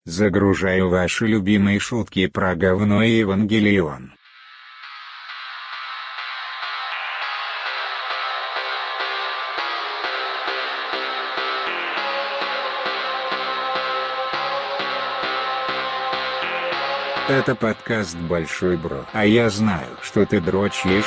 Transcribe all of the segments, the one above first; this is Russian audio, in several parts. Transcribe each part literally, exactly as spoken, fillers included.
Загружаю ваши любимые шутки про говно и Евангелион. Это подкаст Большой Бро. А я знаю, что ты дрочишь.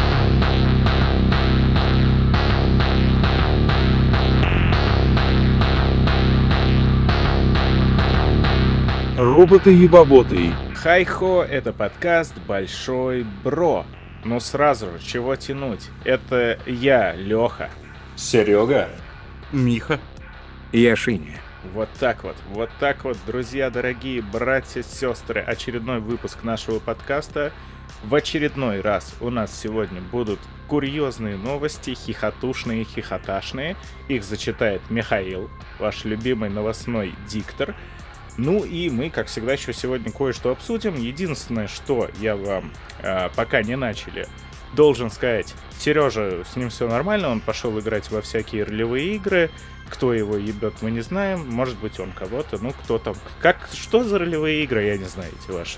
Роботы и баботы. Хай-хо, это подкаст Большой Бро. Ну сразу же, чего тянуть? Это я, Леха. Серега. Миха. Яшиня. Вот так вот, вот так вот, друзья дорогие, братья, сестры, очередной выпуск нашего подкаста. В очередной раз у нас сегодня будут курьезные новости, хихотушные, хихоташные. Их зачитает Михаил, ваш любимый новостной диктор. Ну и мы, как всегда, еще сегодня кое-что обсудим. Единственное, что я вам, э, пока не начали, должен сказать, Сережа, с ним все нормально, он пошел играть во всякие ролевые игры. Кто его ебет, мы не знаем. Может быть, он кого-то, ну кто там. Как, что за ролевые игры, я не знаю, эти ваши.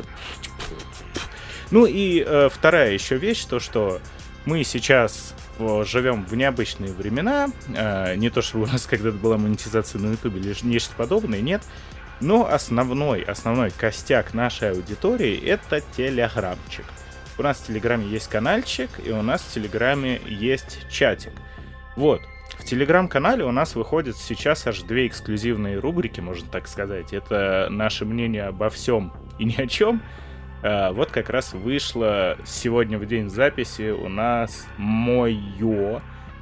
Ну и э, вторая еще вещь, то что мы сейчас э, живем в необычные времена. Э, не то, что у нас когда-то была монетизация на ютубе или нечто подобное, нет. Но основной, основной костяк нашей аудитории — это телеграмчик. У нас в Телеграме есть канальчик, и у нас в Телеграме есть чатик. Вот, в Телеграм-канале у нас выходят сейчас аж две эксклюзивные рубрики, можно так сказать. Это наше мнение обо всем и ни о чем. А, вот как раз вышло сегодня в день записи у нас мое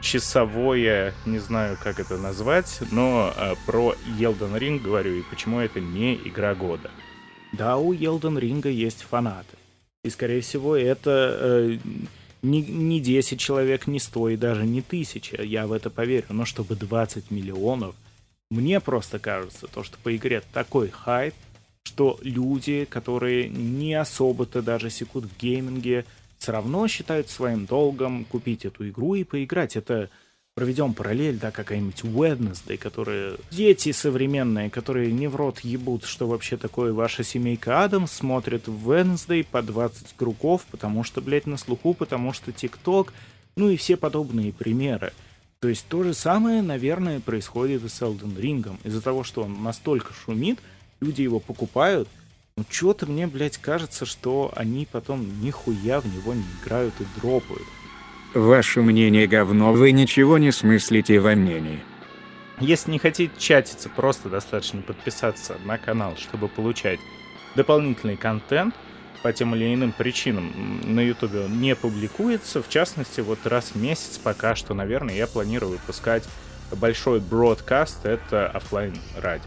часовое, не знаю, как это назвать, но э, про Elden Ring говорю, и почему это не игра года. Да, у Elden Ring есть фанаты. И, скорее всего, это э, не, не десять человек, не сто и даже не тысяча, я в это поверю. Но чтобы двадцать миллионов, мне просто кажется, то, что по игре такой хайп, что люди, которые не особо-то даже секут в гейминге, все равно считают своим долгом купить эту игру и поиграть. Это, проведем параллель, да, какая-нибудь Wednesday, которые дети современные, которые не в рот ебут, что вообще такое ваша семейка Адамс, смотрят в Wednesday по двадцать кругов, потому что, блядь, на слуху, потому что ТикТок, ну и все подобные примеры. То есть то же самое, наверное, происходит и с Elden Ring. Из-за того, что он настолько шумит, люди его покупают. Ну, что-то мне, блядь, кажется, что они потом нихуя в него не играют и дропают. Ваше мнение говно, вы ничего не смыслите во мнении. Если не хотите чатиться, просто достаточно подписаться на канал, чтобы получать дополнительный контент. По тем или иным причинам на ютубе он не публикуется. В частности, вот раз в месяц пока что, наверное, я планирую выпускать большой бродкаст, это офлайн радио.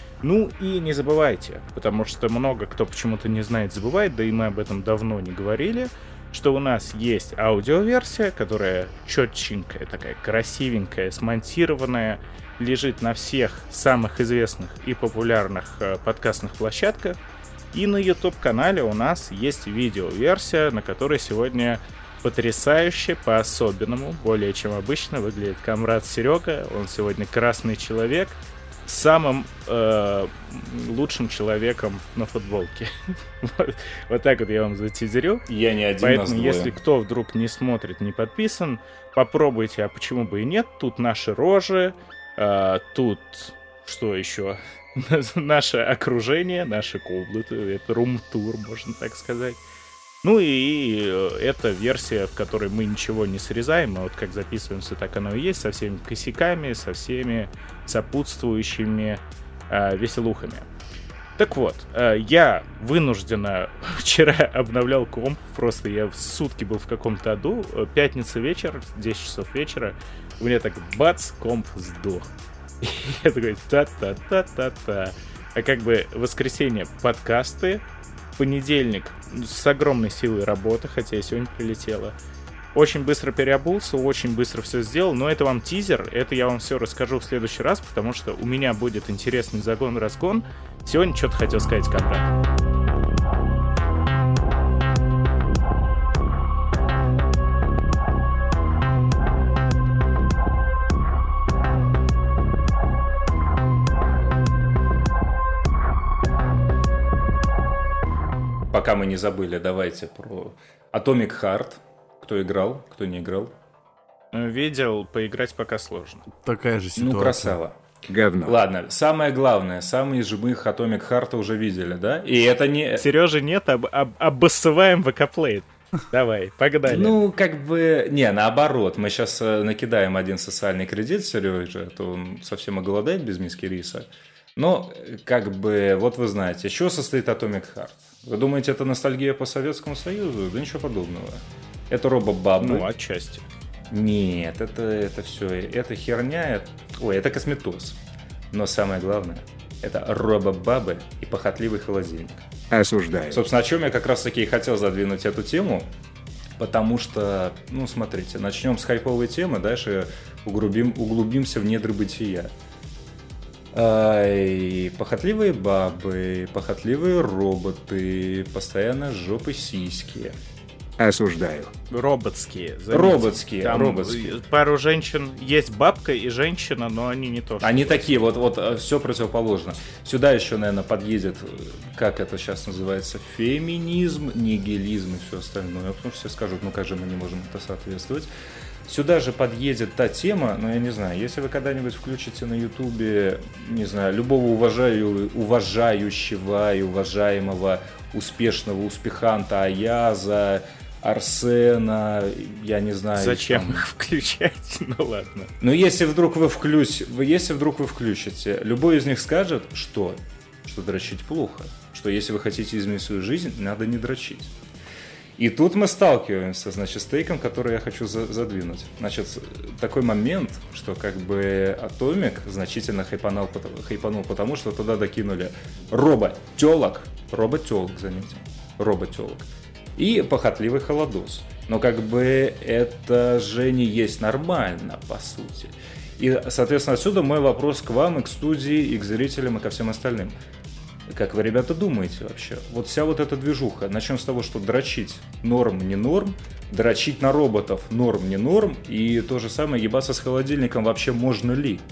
Ну и не забывайте, потому что много кто почему-то не знает, забывает, да и мы об этом давно не говорили, что у нас есть аудиоверсия, которая четченькая, такая красивенькая, смонтированная, лежит на всех самых известных и популярных э, подкастных площадках. И на YouTube-канале у нас есть видеоверсия, на которой сегодня потрясающе, по-особенному, более чем обычно, выглядит комрад Серега. Он сегодня красный человек, самым э, лучшим человеком на футболке. вот, вот так вот я вам затизерю. Я не один. Поэтому, если кто вдруг не смотрит, не подписан, попробуйте, а почему бы и нет. Тут наши рожи, э, тут что еще? Наше окружение, наши комнаты, это рум-тур, можно так сказать. Ну и это версия, в которой мы ничего не срезаем, а вот как записываемся, так оно и есть, со всеми косяками, со всеми сопутствующими э, веселухами. Так вот, э, я вынужденно вчера обновлял комп, просто я в сутки был в каком-то аду, пятница вечер, десять часов вечера, у меня так бац, комп сдох. И я такой та-та-та-та-та. А как бы воскресенье подкасты, понедельник с огромной силой работы, хотя я сегодня прилетела. Очень быстро переобулся, очень быстро все сделал, но это вам тизер, это я вам все расскажу в следующий раз, потому что у меня будет интересный загон-разгон. Сегодня что-то хотел сказать, Конрад. пока мы не забыли, давайте про Atomic Heart. Кто играл, кто не играл. Видел, поиграть пока сложно. Такая же ситуация. Ну, красава. Говно. Ладно, самое главное, самые жмых Atomic Heart уже видели, да? И это не... Сережи нет, об, об, обоссываем ВК-плейт. Давай, погнали. Ну, как бы... Не, наоборот. Мы сейчас накидаем один социальный кредит Сереже, а то он совсем оголодает без миски риса. Но, как бы, вот вы знаете, из чего состоит Atomic Heart? Вы думаете, это ностальгия по Советскому Союзу? Да ничего подобного. Это робо-бабы. Ну, отчасти. Нет, это, это все, это херня, это... ой, это косметоз. Но самое главное, это робо-бабы и похотливый холодильник. Осуждаю. Собственно, о чем я как раз-таки и хотел задвинуть эту тему, потому что, ну, смотрите, начнем с хайповой темы, дальше углубим, углубимся в недры бытия. Ай, похотливые бабы, похотливые роботы, постоянно жопы сиськи. Осуждаю. Роботские. Заметьте. Роботские, Там роботские. Пару женщин, есть бабка и женщина, но они не то, что... Они такие, вот, вот все противоположно. Сюда еще, наверное, подъедет, как это сейчас называется, феминизм, нигилизм и все остальное. Потому что все скажут, ну как же мы не можем это соответствовать. Сюда же подъедет та тема, ну я не знаю, если вы когда-нибудь включите на ютубе, не знаю, любого уважаю, уважающего и уважаемого успешного успеханта Аяза, Арсена, я не знаю. Зачем там... их включать? Ну ладно. Но если вдруг вы включите, если вдруг вы включите, любой из них скажет, что, что дрочить плохо, что если вы хотите изменить свою жизнь, надо не дрочить. И тут мы сталкиваемся, значит, с тейком, который я хочу за- задвинуть. Значит, такой момент, что как бы Atomic значительно хайпанул, хайпанул потому что туда докинули робо-телок, робо-телок, заметьте, робо-телок, и похотливый холодос. Но как бы это же не есть нормально, по сути. И, соответственно, отсюда мой вопрос к вам, и к студии, и к зрителям, и ко всем остальным. Как вы, ребята, думаете вообще? Вот вся вот эта движуха, начнем с того, что дрочить норм, не норм, дрочить на роботов норм, не норм, и то же самое, ебаться с холодильником вообще можно ли?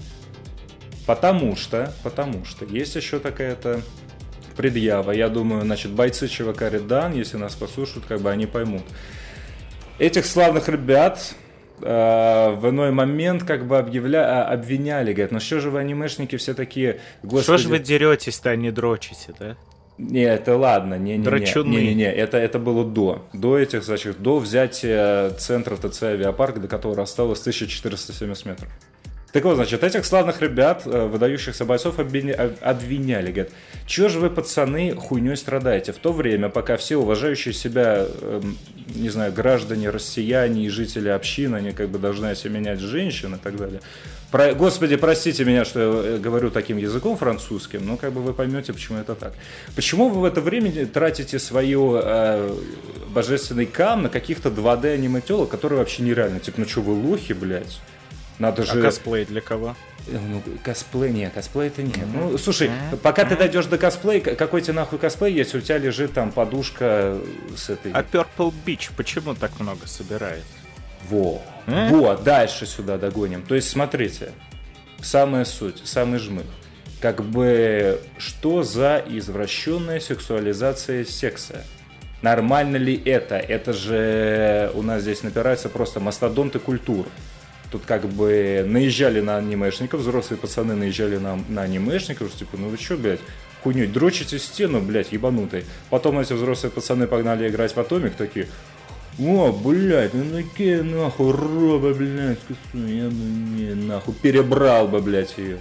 Потому что, потому что есть еще такая-то предъява, я думаю, значит, бойцы ЧВК Редан, если нас послушают, как бы они поймут. Этих славных ребят... в иной момент как бы объявля... обвиняли, говорят, ну что же вы, анимешники, все такие... Господи... Что же вы деретесь-то, а не дрочите, да? Не, это ладно, не-не-не, Дрочуны. не-не-не, это, это было до, до этих, значит, до взятия центра ТЦ «Авиапарк», до которого осталось тысяча четыреста семьдесят метров. Так вот, значит, этих славных ребят, выдающихся бойцов, обвиняли. Говорят, чё же вы, пацаны, хуйней страдаете? В то время, пока все уважающие себя, не знаю, граждане, россияне и жители общины, они как бы должны осеменять женщин и так далее. Про... Господи, простите меня, что я говорю таким языком французским, но как бы вы поймете, почему это так. Почему вы в это время тратите свое э, божественный кам на каких-то два дэ аниме-телок, которые вообще нереально? Типа, ну что, вы лохи, блядь? Надо же... А косплей для кого? Ну, косплей, нет, косплей это нет. Mm-hmm. Ну, слушай, mm-hmm. пока ты дойдешь до косплея, какой тебе нахуй косплей, если у тебя лежит там подушка с этой... А Purple Beach почему так много собирает? Во, mm-hmm. вот, дальше сюда догоним. То есть, смотрите, самая суть, самый жмых. Как бы, что за извращенная сексуализация секса? Нормально ли это? Это же у нас здесь напираются просто мастодонты культур. Тут как бы наезжали на анимешников, взрослые пацаны наезжали на, на анимешников, типа, ну вы чё, блядь, хуйню, дрочите стену, блядь, ебанутый. Потом эти взрослые пацаны погнали играть в Atomic, такие, о, блядь, ну такие нахуй, роба, блядь, я бы не, нахуй, перебрал бы, блядь, ее.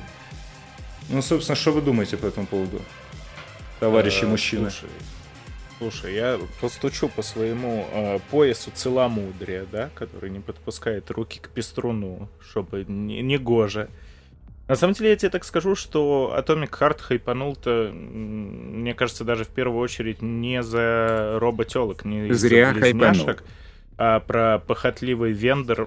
Ну, собственно, что вы думаете по этому поводу, товарищи мужчины? Слушай. Слушай, я постучу по своему э, поясу целомудрия, да, который не подпускает руки к пеструну, чтобы не, не гоже. На самом деле, я тебе так скажу, что Atomic Heart хайпанул-то, мне кажется, даже в первую очередь не за роботелок, не Зря за близняшек, а про похотливый вендор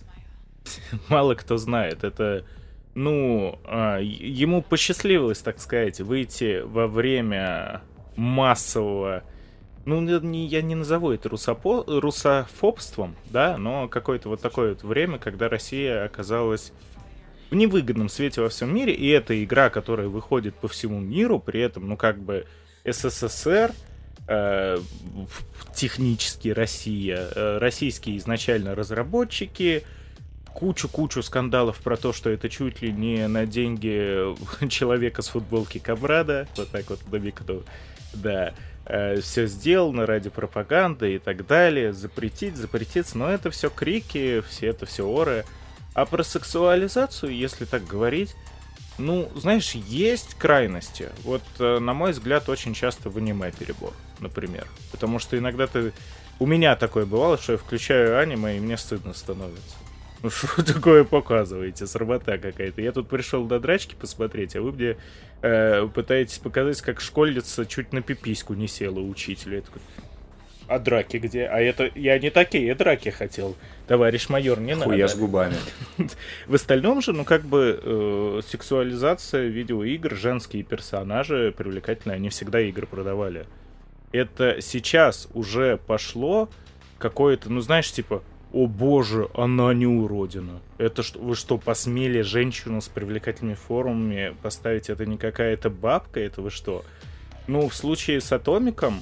мало кто знает. Это, ну, э, ему посчастливилось, так сказать, выйти во время массового... Ну, не, я не назову это русопо, русофобством, да, но какое-то вот такое вот время, когда Россия оказалась в невыгодном свете во всем мире, и это игра, которая выходит по всему миру, при этом, ну, как бы СССР э, технически Россия, э, российские изначально разработчики, кучу-кучу скандалов про то, что это чуть ли не на деньги человека с футболки Камрада, вот так вот намекну, да, э, все сделано ради пропаганды и так далее, запретить, запретиться, но это все крики, все это все оры. А про сексуализацию, если так говорить, ну, знаешь, есть крайности. Вот, э, на мой взгляд, очень часто в аниме перебор, например. Потому что иногда ты... У меня такое бывало, что я включаю аниме, и мне стыдно становится. Ну, что такое показываете? Сработа какая-то. Я тут пришел до драчки посмотреть, а вы мне э, пытаетесь показать, как школьница чуть на пипиську не села учителю. Я такой... А драки где? А это я не такие драки хотел, товарищ майор, не надо. Хуя с губами. В остальном же, ну как бы э, сексуализация видеоигр, женские персонажи привлекательные, они всегда игры продавали. Это сейчас уже пошло какое-то, ну знаешь, типа, о боже, она не уродина. Это что, вы что, посмели женщину с привлекательными формами поставить? Это не какая-то бабка, это вы что? Ну, в случае с Атомиком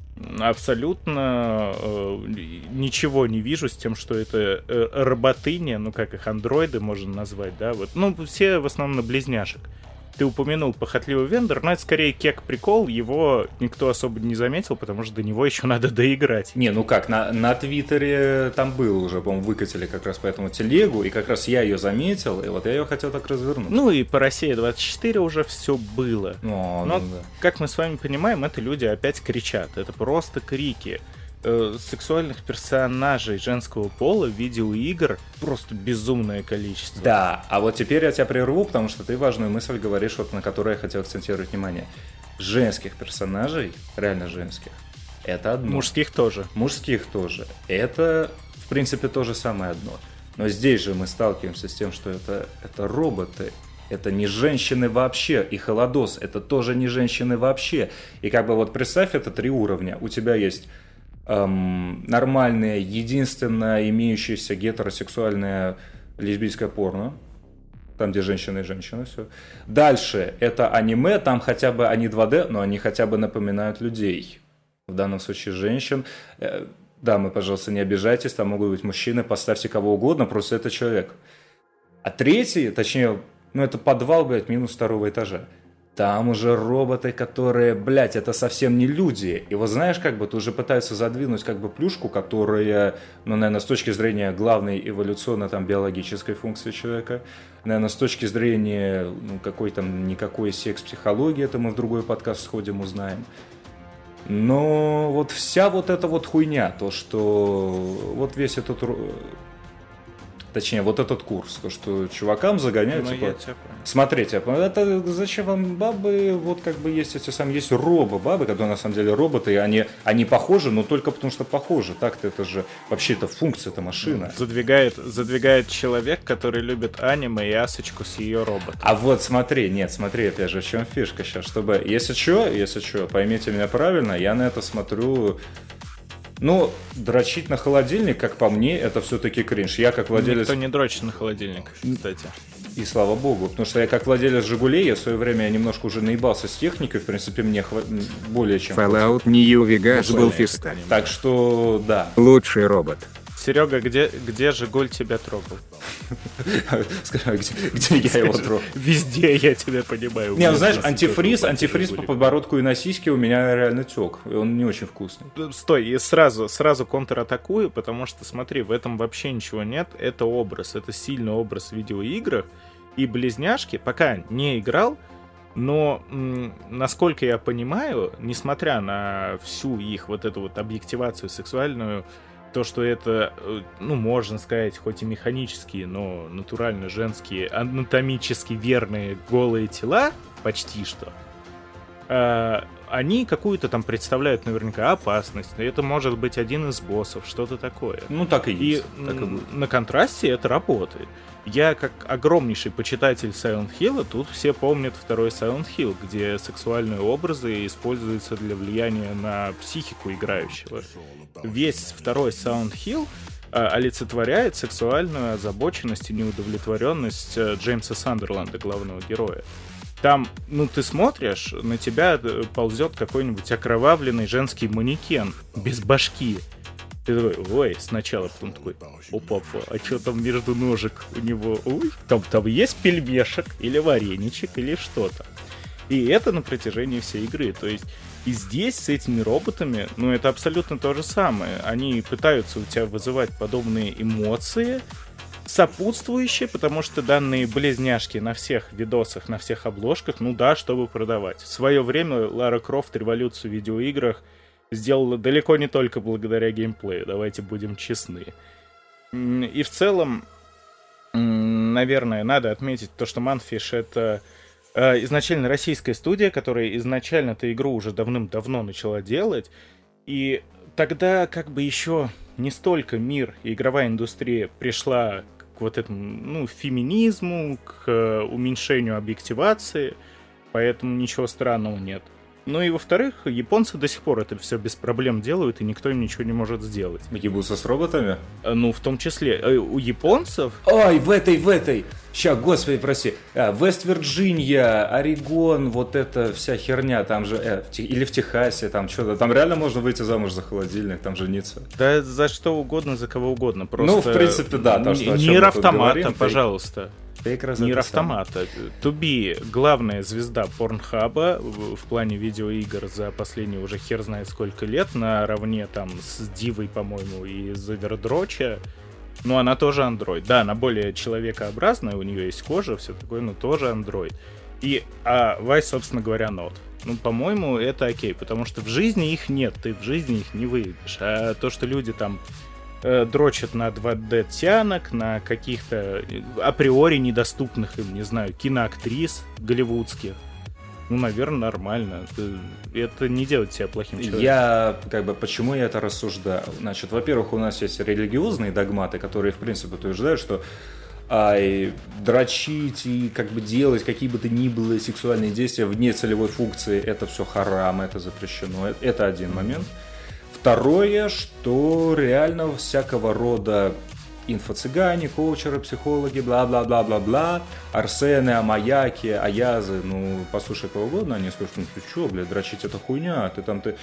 абсолютно э, ничего не вижу с тем, что это э, роботыня, ну как их, андроиды можно назвать, да, вот, ну все в основном на близняшек. Ты упомянул похотливый вендор, но это скорее кек-прикол, его никто особо не заметил, потому что до него еще надо доиграть. Не, ну как, на, на Твиттере там было уже, по-моему, выкатили как раз по этому телегу, и как раз я ее заметил, и вот я ее хотел так развернуть. Ну и по России двадцать четыре уже все было. О, но, ну, да. как мы с вами понимаем, это люди опять кричат, это просто крики. Э, сексуальных персонажей женского пола в видеоигр просто безумное количество. Да, а вот теперь я тебя прерву, потому что ты важную мысль говоришь, вот на которую я хотел акцентировать внимание. Женских персонажей, реально женских, это одно. Мужских тоже. Мужских тоже. Это, в принципе, то же самое одно. Но здесь же мы сталкиваемся с тем, что это, это роботы. Это не женщины вообще. И Холодос — это тоже не женщины вообще. И как бы вот представь, это три уровня. У тебя есть эм, нормальное, единственное имеющееся гетеросексуальное лесбийское порно. Там, где женщина и женщина, все. Дальше это аниме, там хотя бы они два дэ, но они хотя бы напоминают людей. В данном случае женщин. Дамы, пожалуйста, не обижайтесь, там могут быть мужчины, поставьте кого угодно, просто это человек. А третий, точнее, ну это подвал, блядь, минус второго этажа. Там уже роботы, которые, блядь, это совсем не люди. И вот знаешь, как бы, тут уже пытаются задвинуть как бы плюшку, которая, ну, наверное, с точки зрения главной эволюционно там биологической функции человека, наверное, с точки зрения, ну, какой там, никакой секс-психологии, это мы в другой подкаст сходим, узнаем. Но вот вся вот эта вот хуйня, то, что вот весь этот, точнее, вот этот курс, то, что чувакам загоняют, ну, типа, смотрите, это зачем вам бабы, вот как бы есть эти самые, есть робо-бабы, которые на самом деле роботы, и они, они похожи, но только потому что похожи, так-то это же, вообще-то функция, это машина. Задвигает, задвигает человек, который любит аниме и асочку с ее роботом. А вот смотри, нет, смотри, опять же, в чем фишка сейчас, чтобы, если что, если что, поймите меня правильно, я на это смотрю. Ну, дрочить на холодильник, как по мне, это все-таки кринж. Я как владелец... Никто не дрочит на холодильник, кстати. И слава богу, потому что я как владелец «Жигулей», я в свое время немножко уже наебался с техникой, в принципе, мне хва... более чем... Fallout New Vegas был фиста. Так что, да. Лучший робот. Серега, где, где Жигуль тебя трогал? Скажи, где, где я его трогал? Везде я тебя понимаю. Не, ну знаешь, антифриз, антифриз по подбородку и на сиське у меня реально тек. И он не очень вкусный. Стой, и сразу, сразу контратакую, потому что, смотри, в этом вообще ничего нет. Это образ, это сильный образ в видеоиграх. И близняшки, пока не играл, но, м- насколько я понимаю, несмотря на всю их вот эту вот объективацию сексуальную, то, что это, ну, можно сказать, хоть и механические, но натурально женские, анатомически верные голые тела, почти что, э, они какую-то там представляют наверняка опасность. Это может быть один из боссов, что-то такое. Ну, так и есть. И так и будет. На контрасте это работает. Я, как огромнейший почитатель Silent Hill, тут все помнят второй Silent Hill, где сексуальные образы используются для влияния на психику играющего. Весь второй Silent Hill а, олицетворяет сексуальную озабоченность и неудовлетворенность Джеймса Сандерленда, главного героя. Там, ну, ты смотришь, на тебя ползет какой-нибудь окровавленный женский манекен без башки. Ты такой, ой, сначала, потом такой, опа, а что там между ножек у него? Ой, там, там есть пельмешек или вареничек или что-то. И это на протяжении всей игры. То есть и здесь с этими роботами, ну, это абсолютно то же самое. Они пытаются у тебя вызывать подобные эмоции, сопутствующие, потому что данные близняшки на всех видосах, на всех обложках, ну да, чтобы продавать. В свое время Лара Крофт революцию в видеоиграх сделала далеко не только благодаря геймплею, давайте будем честны. И в целом, наверное, надо отметить то, что Manfish — это изначально российская студия, которая изначально эту игру уже давным-давно начала делать, и тогда как бы еще не столько мир и игровая индустрия пришла к вот этому, ну, феминизму, к уменьшению объективации, поэтому ничего странного нет. Ну и во-вторых, японцы до сих пор это все без проблем делают, и никто им ничего не может сделать. Ебутся с роботами? Ну, в том числе. У японцев... Ой, в этой, в этой! Ща, господи, прости. А, Вест-Вирджиния, Орегон, вот эта вся херня, там же... Э, в, или в Техасе, там что-то. Там реально можно выйти замуж за холодильник, там жениться. Да за что угодно, за кого угодно. Просто... Ну, в принципе, да. То, что, Нир Автомата, пожалуйста. Нир Автомат. Автомата. Туби — главная звезда Порнхаба в, в плане видеоигр за последние уже хер знает сколько лет, наравне там с Дивой, по-моему, и Завердроча. Ну, она тоже андроид. Да, она более человекообразная, у нее есть кожа, все такое, но тоже андроид. И а Вайс, собственно говоря, нот. Ну, по-моему, это окей, потому что в жизни их нет, ты в жизни их не выведешь. А то, что люди там дрочат на два дэ-тянок, на каких-то априори недоступных им, не знаю, киноактрис голливудских. Ну, наверное, нормально. Это не делает тебя плохим человеком. Я, как бы, почему я это рассуждаю? Значит, во-первых, у нас есть религиозные догматы, которые, в принципе, утверждают, что ай, дрочить и как бы делать какие бы то ни было сексуальные действия вне целевой функции, это все харам, это запрещено. Это один момент. Второе, что реально всякого рода инфо-цыгане, коучеры, психологи, бла-бла-бла-бла-бла, Арсены, Амаяки, Аязы, ну, послушай кого угодно, они скажут, ну ты чё, блядь, дрочить это хуйня, ты там, ты...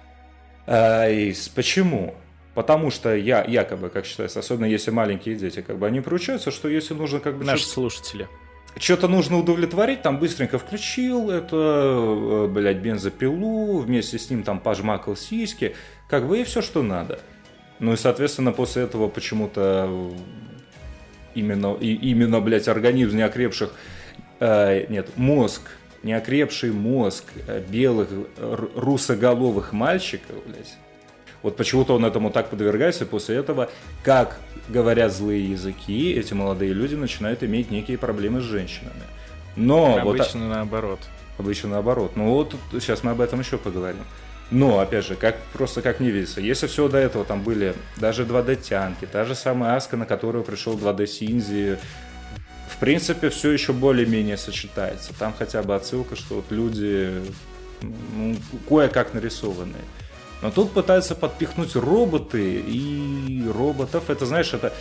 А, и почему? Потому что я, якобы, как считается, особенно если маленькие дети, как бы, они приучаются, что если нужно, как бы... Наши слушатели. Что-то нужно удовлетворить, там быстренько включил это, блядь, бензопилу, вместе с ним там пожмакал сиськи, как бы и все, что надо. Ну и, соответственно, после этого почему-то именно, и, именно, блядь, организм неокрепших, э, нет, мозг, неокрепший мозг белых русоголовых мальчиков, блядь, вот почему-то он этому так подвергается, и после этого, как говорят злые языки, эти молодые люди начинают иметь некие проблемы с женщинами. Но обычно вот, наоборот. Обычно наоборот. Ну вот сейчас мы об этом еще поговорим. Но, опять же, как, просто как не видится. Если все до этого там были даже два дэ-тянки, та же самая Аска, на которую пришел два дэ-Синзи, в принципе, все еще более-менее сочетается. Там хотя бы отсылка, что вот люди, ну, кое-как нарисованные. Но тут пытаются подпихнуть роботы и роботов. Это, знаешь, это...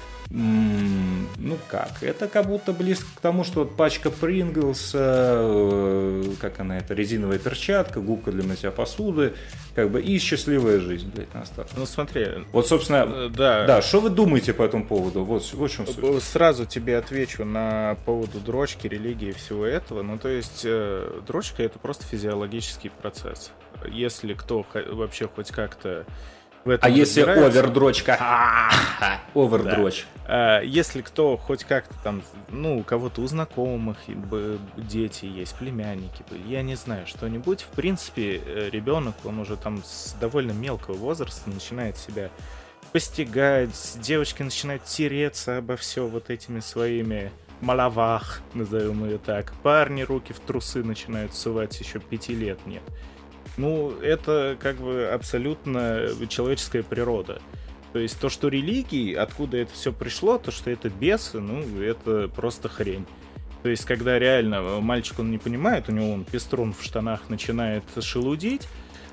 М- ну как? Это как будто близко к тому, что вот пачка Принглс, э- как она это, резиновая перчатка, губка для мытья посуды, как бы, и счастливая жизнь, блядь, на старт. Ну смотри. Вот, собственно, да. Да, что вы думаете по этому поводу? Вот, вот в чем суть. Сразу тебе отвечу на поводу дрочки, религии и всего этого. Ну, то есть, э- дрочка — это просто физиологический процесс. Если кто вообще хоть как-то в этом а если овердрочка? Овердроч. Да. Если кто хоть как-то там, ну, у кого-то у знакомых дети есть, племянники, я не знаю, что-нибудь, в принципе, ребенок, он уже там с довольно мелкого возраста начинает себя постигать, девочки начинают тереться обо все вот этими своими малавах, назовем ее так. Парни руки в трусы начинают сувать, еще пяти лет нет. Ну, это как бы абсолютно человеческая природа. То есть то, что религии, откуда это все пришло, то, что это бесы, ну, это просто хрень. То есть, когда реально мальчик, он не понимает, у него он пеструн в штанах начинает шелудить,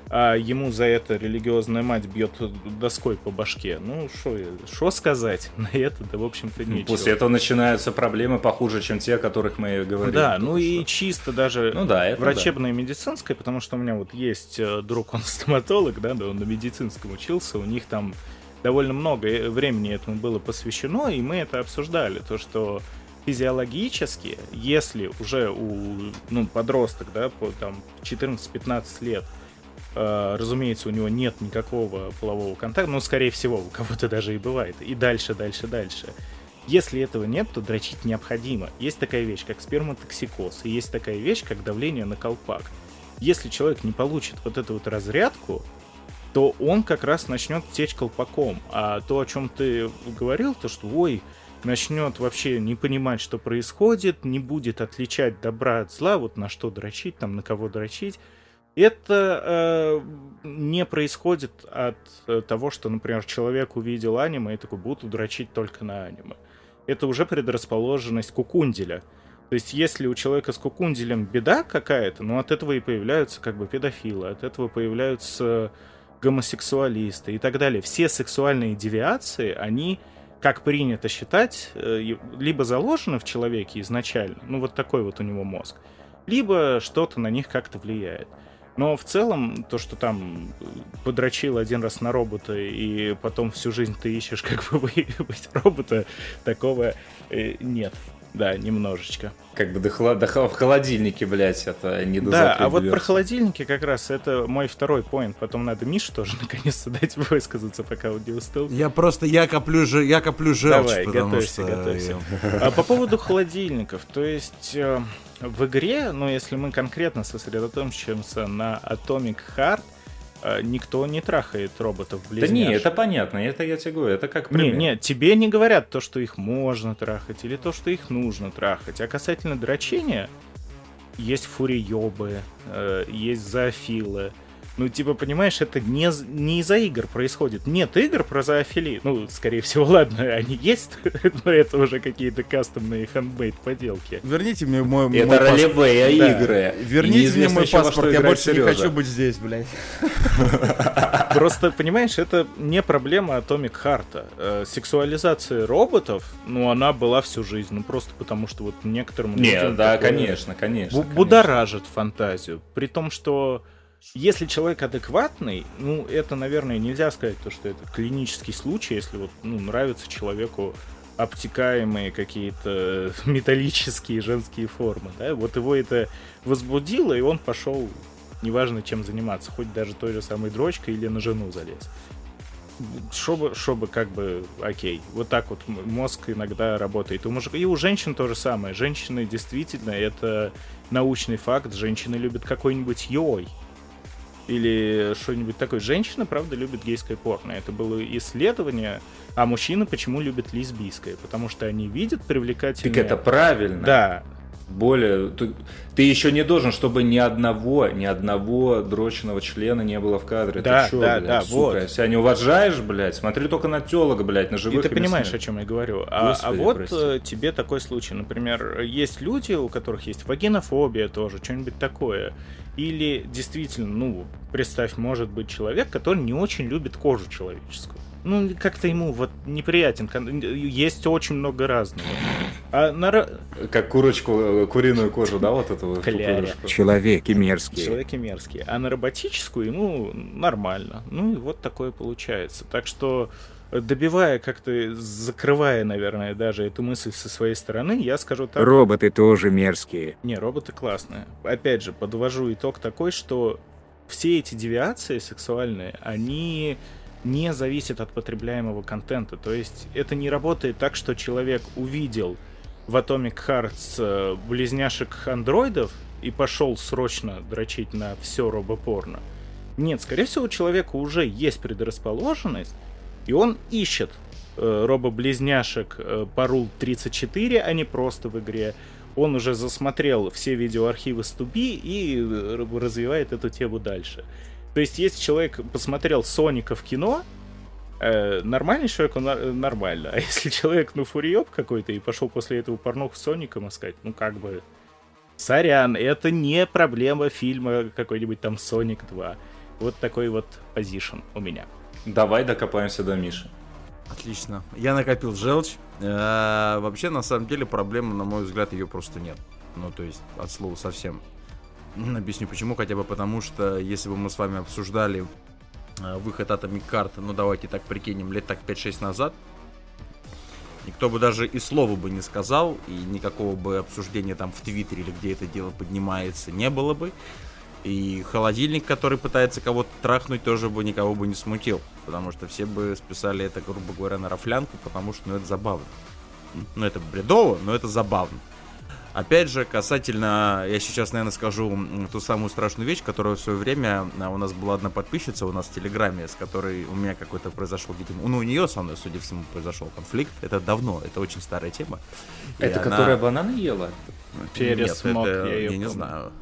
а ему за это религиозная мать бьет доской по башке. Ну, что сказать на это? Да, в общем-то, нечего. После этого начинаются проблемы похуже, чем те, о которых мы говорили. Да, ну и чисто даже ну, да, врачебное и да. медицинское, потому что у меня вот есть друг, он стоматолог, да, да, он на медицинском учился, у них там довольно много времени этому было посвящено, и мы это обсуждали, то, что физиологически, если уже у ну, подросток, да, по там четырнадцать-пятнадцать лет, э, разумеется, у него нет никакого полового контакта, ну, скорее всего, у кого-то даже и бывает, и дальше, дальше, дальше. Если этого нет, то дрочить необходимо. Есть такая вещь, как сперматоксикоз, и есть такая вещь, как давление на колпак. Если человек не получит вот эту вот разрядку, то он как раз начнет течь колпаком. А то, о чем ты говорил, то, что, ой, начнет вообще не понимать, что происходит, не будет отличать добра от зла, вот на что дрочить, там, на кого дрочить. Это э, не происходит от э, того, что, например, человек увидел аниме и такой, буду дрочить только на аниме. Это уже предрасположенность кукунделя. То есть, если у человека с кукунделем беда какая-то, ну, от этого и появляются как бы педофилы, от этого появляются гомосексуалисты и так далее. Все сексуальные девиации, они, как принято считать, либо заложены в человеке изначально, ну вот такой вот у него мозг, либо что-то на них как-то влияет. Но в целом, то, что там подрочил один раз на робота, и потом всю жизнь ты ищешь, как бы выебать робота, такого нет. Да, немножечко. Как бы до холод... до... в холодильнике, блядь, это не до Да, а вот про холодильники как раз это мой второй поинт. Потом надо Мише тоже наконец-то дать высказаться, пока он не устал. Я просто, я коплю, же, я коплю желчь. Давай, готовься, что... готовься. А по поводу холодильников, то есть э, в игре, ну если мы конкретно сосредоточимся на Atomic Heart, никто не трахает роботов-близняшек. Да не, это понятно, это я тебе говорю, это как пример. Не, не, тебе не говорят то, что их можно трахать, или то, что их нужно трахать. А касательно дрочения, есть фуриёбы, э, есть зоофилы. Ну, типа, понимаешь, это не, не из-за игр происходит. Нет игр про зоофилию. Ну, скорее всего, ладно, они есть, но это уже какие-то кастомные хендмейд поделки. Верните мне мой, мой это паспорт. ролевые да. игры. Верните мне мой паспорт, я больше Сережа. не хочу быть здесь, блядь. Просто, понимаешь, это не проблема Atomic Heart. Сексуализация роботов, ну, она была всю жизнь. Ну, просто потому, что вот некоторым... Нет, да, конечно, конечно. Будоражит фантазию. При том, что если человек адекватный, ну, это, наверное, нельзя сказать, то, что это клинический случай, если вот, ну, нравится человеку обтекаемые какие-то металлические женские формы, да, вот его это возбудило, и он пошел, неважно чем заниматься, хоть даже той же самой дрочкой или на жену залез. Чтобы, чтобы как бы, окей, вот так вот мозг иногда работает. У мужика, и у женщин то же самое. Женщины действительно, это научный факт, женщины любят какой-нибудь йой. Или что-нибудь такое. Женщина, правда, любит гейское порно. Это было исследование. А мужчины почему любят лесбийское? Потому что они видят привлекательное... Так это правильно. Да. Более... Ты, ты еще не должен, чтобы ни одного, ни одного дроченного члена не было в кадре. Да, ты чё, да, блядь, да, сука? вот. Себя не уважаешь, блядь? Смотри только на тёлок, блядь, на живых. И ты и понимаешь, мясных. о чем я говорю. А, Господи, а вот прости. тебе такой случай. Например, есть люди, у которых есть вагинофобия тоже, что-нибудь такое. Или действительно, ну, представь, может быть человек, который не очень любит кожу человеческую. Ну, как-то ему вот неприятен. Есть очень много разного. А на... Как курочку, куриную кожу, да, вот эту вот пупырышку. Человеки мерзкие. Человеки мерзкие. А на роботическую ему нормально. Ну, и вот такое получается. Так что, добивая как-то, закрывая, наверное, даже эту мысль со своей стороны, я скажу так... Роботы тоже мерзкие. Не, роботы классные. Опять же, подвожу итог такой, что все эти девиации сексуальные, они... не зависит от потребляемого контента. То есть это не работает так, что человек увидел в Atomic Hearts близняшек андроидов и пошел срочно дрочить на все робопорно. Нет, скорее всего, у человека уже есть предрасположенность, и он ищет э, робоблизняшек э, по рул тридцать четыре, а не просто в игре. Он уже засмотрел все видеоархивы Стуби и развивает эту тему дальше. То есть, если человек посмотрел Соника в кино, э, нормальный человек, он на- нормально. А если человек, ну, фуриёб какой-то и пошел после этого порнуху с Соником искать, ну, как бы, сорян, это не проблема фильма какой-нибудь там «Соник два». Вот такой вот позишн у меня. Давай докопаемся до Миши. Отлично. Я накопил желчь. Э, вообще, на самом деле, проблемы, на мой взгляд, ее просто нет. Ну, то есть, от слова совсем. Объясню почему. Хотя бы потому, что если бы мы с вами обсуждали э, выход Atomic Heart, ну, давайте так прикинем, лет так пять-шесть назад, никто бы даже и слова бы не сказал, и никакого бы обсуждения там в Твиттере или где это дело поднимается не было бы. И холодильник, который пытается кого-то трахнуть, тоже бы никого бы не смутил. Потому что все бы списали это, грубо говоря, на рафлянку, потому что, ну, это забавно. Ну, это бредово, но это забавно. Опять же, касательно, я сейчас, наверное, скажу ту самую страшную вещь, которая в свое время, у нас была одна подписчица у нас в Телеграме, с которой у меня какой-то произошел, видимо, ну, у нее со мной, судя по всему, произошел конфликт. Это давно, это очень старая тема. Это и которая она... бананы ела? Пересмог, Нет, это, я, я не знаю.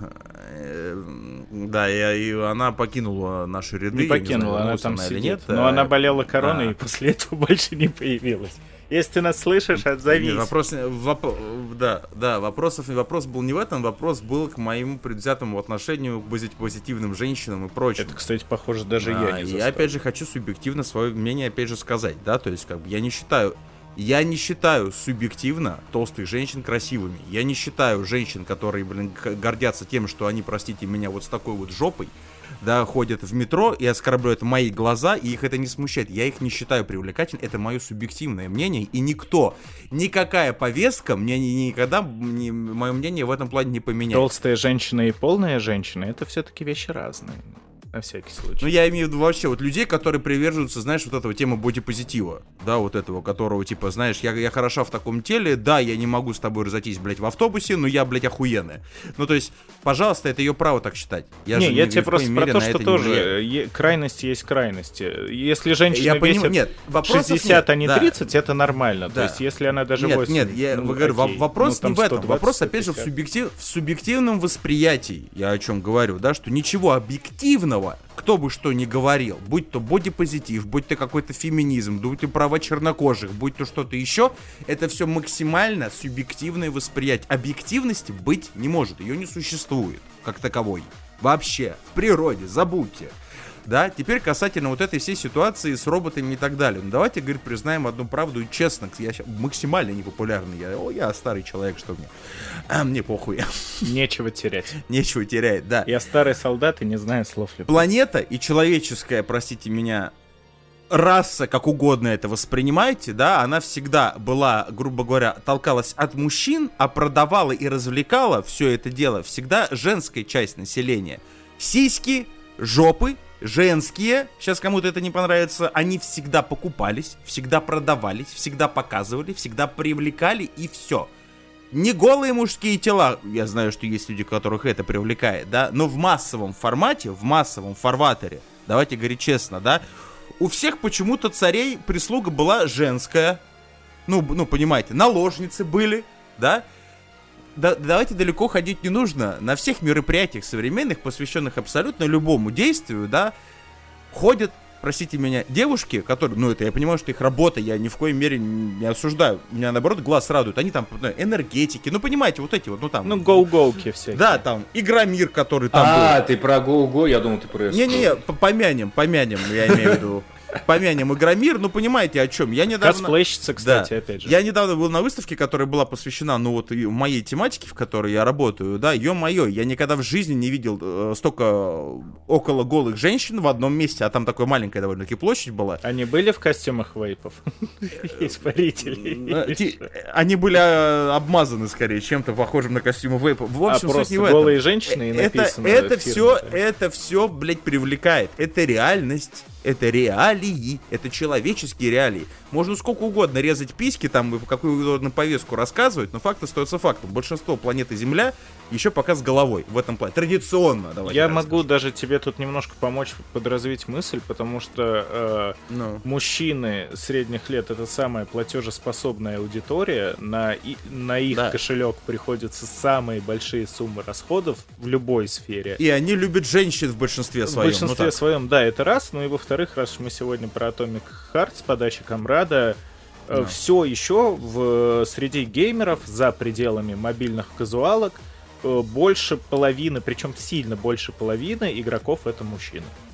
Да, я, и она покинула наши ряды. Не покинула, не знаю, она там она сидит. Нет. Но она болела короной, да. И после этого больше не появилась. Если ты нас слышишь, отзовись. Нет, вопрос, воп, да, да, вопросов, вопрос был не в этом, вопрос был к моему предвзятому отношению к позитивным женщинам и прочим. Это, кстати, похоже, даже а, я не застал. Я, опять же, хочу субъективно свое мнение, опять же, сказать, да, то есть, как бы, я не считаю, я не считаю субъективно толстых женщин красивыми. Я не считаю женщин, которые, блин, гордятся тем, что они, простите меня, вот с такой вот жопой, да, ходят в метро и оскорбляют мои глаза, и их это не смущает. Я их не считаю привлекательными, это мое субъективное мнение, и никто, никакая повестка мне никогда не, мое мнение в этом плане не поменяет. Толстая женщина и полная женщина — это все-таки вещи разные. На всякий случай. Ну, я имею в виду вообще вот людей, которые приверживаются, знаешь, вот этого темы бодипозитива. Да, вот этого, которого, типа, знаешь, я, я хороша в таком теле, да, я не могу с тобой разойтись, блядь, в автобусе, но я, блядь, охуенная. Ну, то есть, пожалуйста, это ее право так считать. Я не, же я тебе просто про то, что тоже е- крайности есть крайности. Если женщина я весит поним... нет, шестьдесят, нет, а не да. тридцать, это нормально. Да. То есть, если она даже нет, восемь... Нет, я ну, говорю, окей. Вопрос ну, не в этом. Вопрос, опять же, в, субъектив... в субъективном восприятии. Я о чем говорю, да, что ничего объективного, кто бы что ни говорил, будь то бодипозитив, будь то какой-то феминизм, будь то права чернокожих, будь то что-то еще, это все максимально субъективное восприятие. Объективности быть не может, ее не существует как таковой. Вообще, в природе, забудьте. Да, теперь касательно вот этой всей ситуации с роботами и так далее. Ну, давайте, говорит, признаем одну правду и честно. Я максимально непопулярный. Я, о, я старый человек, что мне? А, мне похуй. Нечего терять. Нечего терять, да. Я старый солдат и не знаю слов любви. Планета и человеческая, простите меня, раса, как угодно это воспринимаете, да, она всегда была, грубо говоря, толкалась от мужчин, а продавала и развлекала все это дело всегда женская часть населения. Сиськи, жопы, женские, сейчас кому-то это не понравится, они всегда покупались, всегда продавались, всегда показывали, всегда привлекали и все. Не голые мужские тела, я знаю, что есть люди, которых это привлекает, да, но в массовом формате, в массовом фарватере, давайте говорить честно, да, у всех почему-то царей прислуга была женская, ну, ну понимаете, наложницы были, да. Да, давайте далеко ходить не нужно. На всех мероприятиях современных, посвященных абсолютно любому действию, да, ходят, простите меня, девушки, которые, ну это я понимаю, что их работа, я ни в коей мере не осуждаю. Меня наоборот глаз радует. Они там, ну, энергетики, ну понимаете, вот эти вот, ну там. Ну гоу-гоуки всякие. Да, там Игромир, который там а, был. ты про гоу-го, я думал, ты про... Не-не-не, помянем, помянем, я имею в виду. Помянем Игромир, ну понимаете о чем. Я недавно... Косплейщица, кстати, да. опять же. Я недавно был на выставке, которая была посвящена, ну вот, моей тематике, в которой я работаю, да, ё-моё, я никогда в жизни не видел э, столько около голых женщин в одном месте, а там такая маленькая довольно-таки площадь была. Они были в костюмах вейпов? Испарителей? Они были обмазаны, скорее, чем-то похожим на костюмы вейпов. В общем, а просто голые женщины и написано. Это все, это все, блядь, привлекает. Это реальность. Это реалии, это человеческие реалии. Можно сколько угодно резать письки, там, и какую угодно повестку рассказывать, но факт остается фактом. Большинство планеты Земля еще пока с головой в этом плане. Традиционно, давайте. Я могу даже тебе тут немножко помочь подразвить мысль, потому что э, no. мужчины средних лет — это самая платежеспособная аудитория. На, и, на их да. кошелек приходятся самые большие суммы расходов в любой сфере. И они любят женщин в большинстве своем. В большинстве ну, своем, да, это раз. Ну и во-вторых, раз мы сегодня про Atomic Heart с подачи Камрада, no. все еще в среди геймеров за пределами мобильных казуалок больше половины, причем сильно больше половины игроков — это мужчины.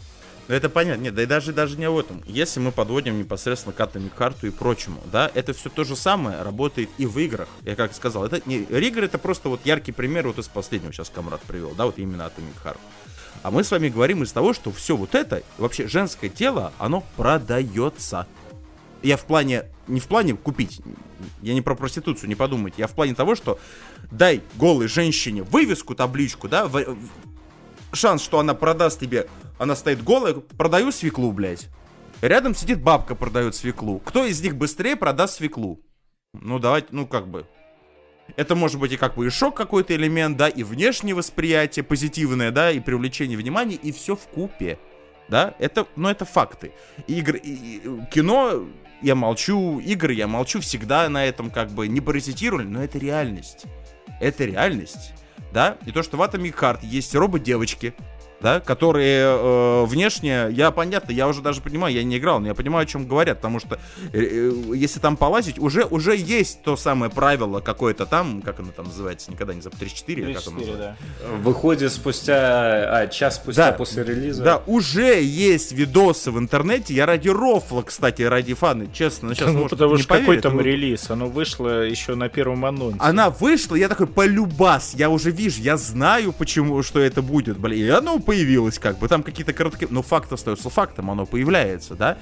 Это понятно. Нет, да и даже, даже не об этом. Если мы подводим непосредственно к Atomic Heart и прочему, да, это все то же самое работает и в играх. Я как сказал, это не игры, это просто вот яркий пример вот из последнего сейчас Камрад привел, да, вот именно Atomic Heart. А мы с вами говорим из того, что все вот это, вообще женское тело, оно продается. Я в плане, не в плане купить, я не про проституцию, не подумайте, я в плане того, что дай голой женщине вывеску, табличку, да, в, в, шанс, что она продаст тебе, она стоит голая, продаю свеклу, блядь. Рядом сидит бабка, продает свеклу. Кто из них быстрее продаст свеклу? Ну, давайте, ну, как бы. Это может быть и как бы и шок какой-то элемент, да, и внешнее восприятие позитивное, да, и привлечение внимания, и все вкупе, да, это, ну, это факты. Игры, и, и, кино, я молчу, игры, я молчу, всегда на этом как бы не паразитировали, но это реальность. Это реальность. Да, и то, что в Atomic Heart есть робот-девочки, да, которые э, внешне, я понятно, я уже даже понимаю, я не играл, но я понимаю, о чем говорят, потому что э, э, если там полазить, уже, уже есть то самое правило какое-то там, как оно там называется, никогда не забыл, тридцать четыре, тридцать четыре, да. Выходит спустя, а, час спустя да, после релиза. Да, уже есть видосы в интернете, я ради рофла, кстати, ради фаны, честно, сейчас, ну, может, потому не что какой поверят, там но... релиз, оно вышло еще на первом анонсе. Она вышла, я такой, полюбас, я уже вижу, я знаю, почему, что это будет, блин, и оно появилось, как бы, там какие-то короткие, но факт остается фактом, оно появляется, да,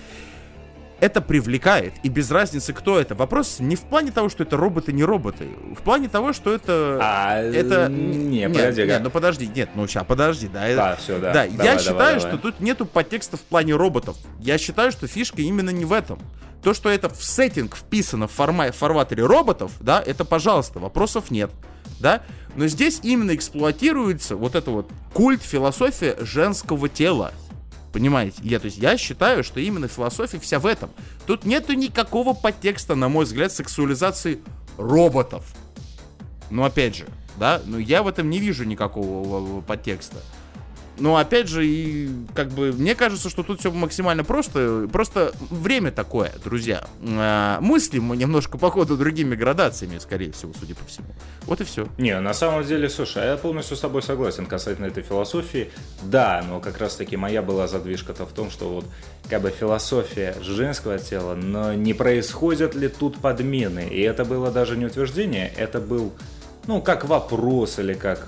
это привлекает, и без разницы, кто это, вопрос не в плане того, что это роботы, не роботы, в плане того, что это, а, это, не, нет, подожди, нет, ну подожди, нет, ну сейчас, подожди, да, да, все, да, да, давай, я давай, считаю, давай. что тут нету подтекста в плане роботов, я считаю, что фишка именно не в этом. То, что это в сеттинг вписано в, форма- в форматоре роботов, да, это, пожалуйста, вопросов нет, да, но здесь именно эксплуатируется вот это вот культ, философия женского тела, понимаете, я, то есть я считаю, что именно философия вся в этом, тут нету никакого подтекста, на мой взгляд, сексуализации роботов, но опять же, да, но я в этом не вижу никакого подтекста. Но опять же, и как бы мне кажется, что тут все максимально просто. Просто время такое, друзья. А, мыслим мы немножко по ходу другими градациями, скорее всего, судя по всему. Вот и все. Не, на самом деле, слушай, я полностью с тобой согласен касательно этой философии. Да, но как раз таки моя была задвижка-то в том, что вот как бы философия женского тела, но не происходят ли тут подмены? И это было даже не утверждение, это был, ну, как вопрос или как...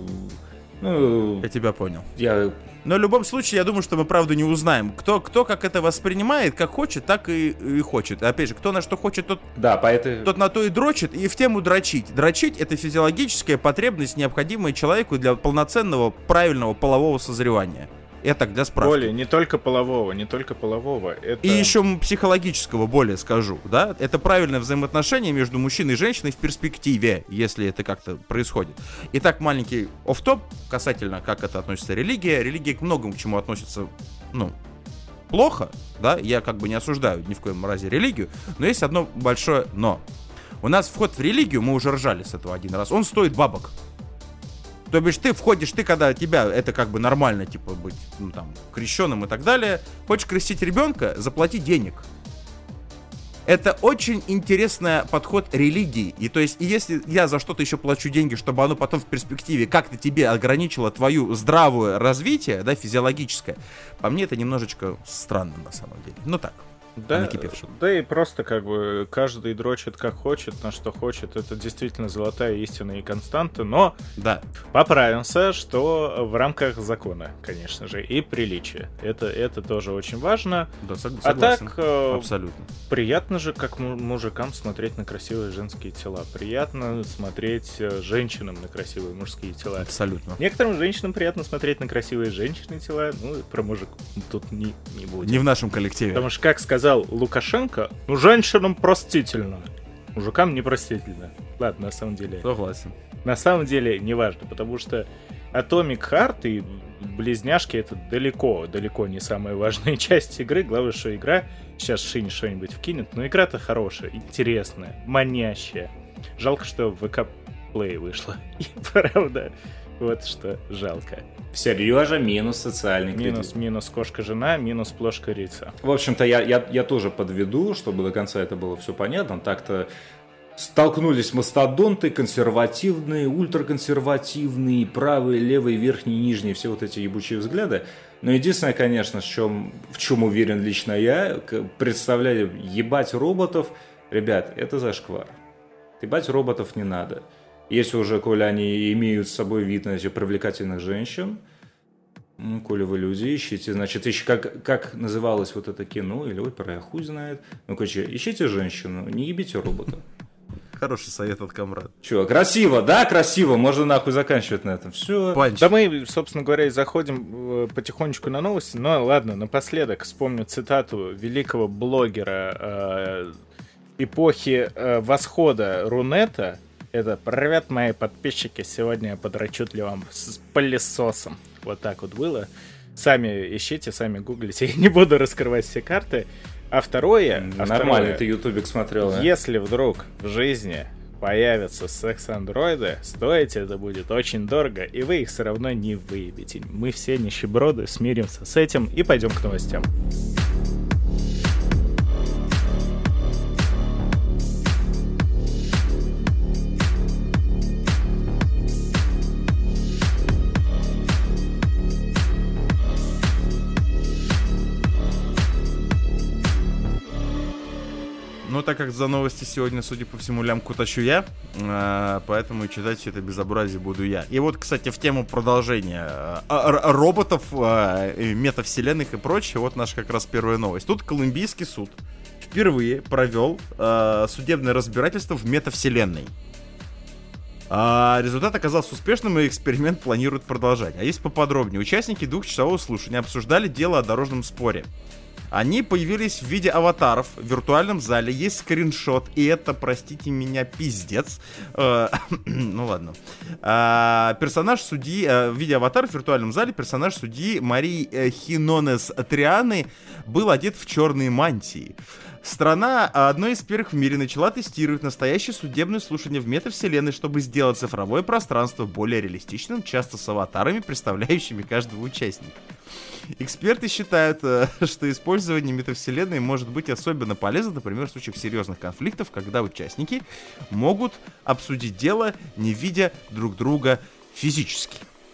Ну, я тебя понял. Я... Но в любом случае, я думаю, что мы правду не узнаем. Кто, кто как это воспринимает, как хочет, так и, и хочет. Опять же, кто на что хочет, тот, да, поэтому... тот на то и дрочит, и в тему дрочить. Дрочить — это физиологическая потребность, необходимая человеку для полноценного, правильного полового созревания. Это так, для справки. Более, не только полового, не только полового. Это... И еще психологического, более скажу, да? Это правильное взаимоотношение между мужчиной и женщиной в перспективе, если это как-то происходит. Итак, маленький офф-топ касательно, как это относится религия. Религия к многому к чему относится, ну, плохо, да? Я как бы не осуждаю ни в коем разе религию, но есть одно большое но. У нас вход в религию, мы уже ржали с этого один раз, он стоит бабок. То бишь ты входишь, ты когда тебя, это как бы нормально, типа быть, ну там, крещеным и так далее, хочешь крестить ребенка, заплати денег. Это очень интересный подход религии. И то есть, и если я за что-то еще плачу деньги, чтобы оно потом в перспективе как-то тебе ограничило твое здравое развитие, да, физиологическое, по мне это немножечко странно на самом деле. Ну так. Да, да и просто как бы каждый дрочит как хочет, на что хочет. Это действительно золотая истина и константа, но да. Поправимся, что в рамках закона, конечно же, и приличия. Это, это тоже очень важно. Да, согласен. А так, абсолютно. Приятно же, как мужикам, смотреть на красивые женские тела. Приятно смотреть женщинам на красивые мужские тела. Абсолютно. Некоторым женщинам приятно смотреть на красивые женщины тела. Ну, про мужиков тут не, не будет. Не в нашем коллективе. Потому что, как сказал Лукашенко, ну, женщинам простительно, мужикам непростительно. Ладно, на самом деле. Согласен. На самом деле, не важно, потому что Atomic Heart и близняшки — это далеко, далеко не самая важная часть игры. Главное, что игра, сейчас Шиня что-нибудь вкинет, но игра-то хорошая, интересная, манящая. Жалко, что в ВК Play вышло. И правда, вот что жалко. Сережа минус социальный кредит. Минус, минус кошка-жена, минус плошка-рица. В общем-то, я, я, я тоже подведу, чтобы до конца это было все понятно. Так-то столкнулись мастодонты, консервативные, ультраконсервативные, правые, левые, верхние, нижние, все вот эти ебучие взгляды. Но единственное, конечно, в чем, в чем уверен лично я, представляю, ебать роботов, ребят, это зашквар. Ебать роботов не надо. Если уже, коли они имеют с собой вид на этих привлекательных женщин, ну, коли вы люди ищете, значит, ищите, как, как называлось вот это кино или опера, я хуй знает. Ну, короче, ищите женщину, не ебите робота. Хороший совет от комрад. Че, красиво, да, красиво, можно нахуй заканчивать на этом. Все. Да мы, собственно говоря, и заходим потихонечку на новости. Но ладно, напоследок вспомню цитату великого блогера э, эпохи э, восхода Рунета. Это: «Привет, мои подписчики, сегодня я подрачу для вам с пылесосом». Вот так вот было. Сами ищите, сами гуглите. Я не буду раскрывать все карты. А второе... Нормально, а второе, ты ютубик смотрел, да? Если вдруг в жизни появятся секс-андроиды, стоить это будет очень дорого, и вы их все равно не выебите. Мы все нищеброды, смиримся с этим и пойдем к новостям. Ну, так как за новости сегодня, судя по всему, лямку тащу я, э, поэтому и читать все это безобразие буду я. И вот, кстати, в тему продолжения э, роботов, э, метавселенных и прочее, вот наша как раз первая новость. Тут Колумбийский суд впервые провел э, судебное разбирательство в метавселенной. А результат оказался успешным, и эксперимент планируют продолжать. А если поподробнее, участники двухчасового слушания обсуждали дело о дорожном споре. Они появились в виде аватаров в виртуальном зале, есть скриншот, и это, простите меня, пиздец. Ну ладно. Персонаж судьи, в виде аватара в виртуальном зале, персонаж судьи Марии Хинонес Трианы был одет в черные мантии. Страна одной из первых в мире начала тестировать настоящее судебное слушание в метавселенной, чтобы сделать цифровое пространство более реалистичным, часто с аватарами, представляющими каждого участника. Эксперты считают, что использование метавселенной может быть особенно полезно, например, в случаях серьезных конфликтов, когда участники могут обсудить дело, не видя друг друга физически.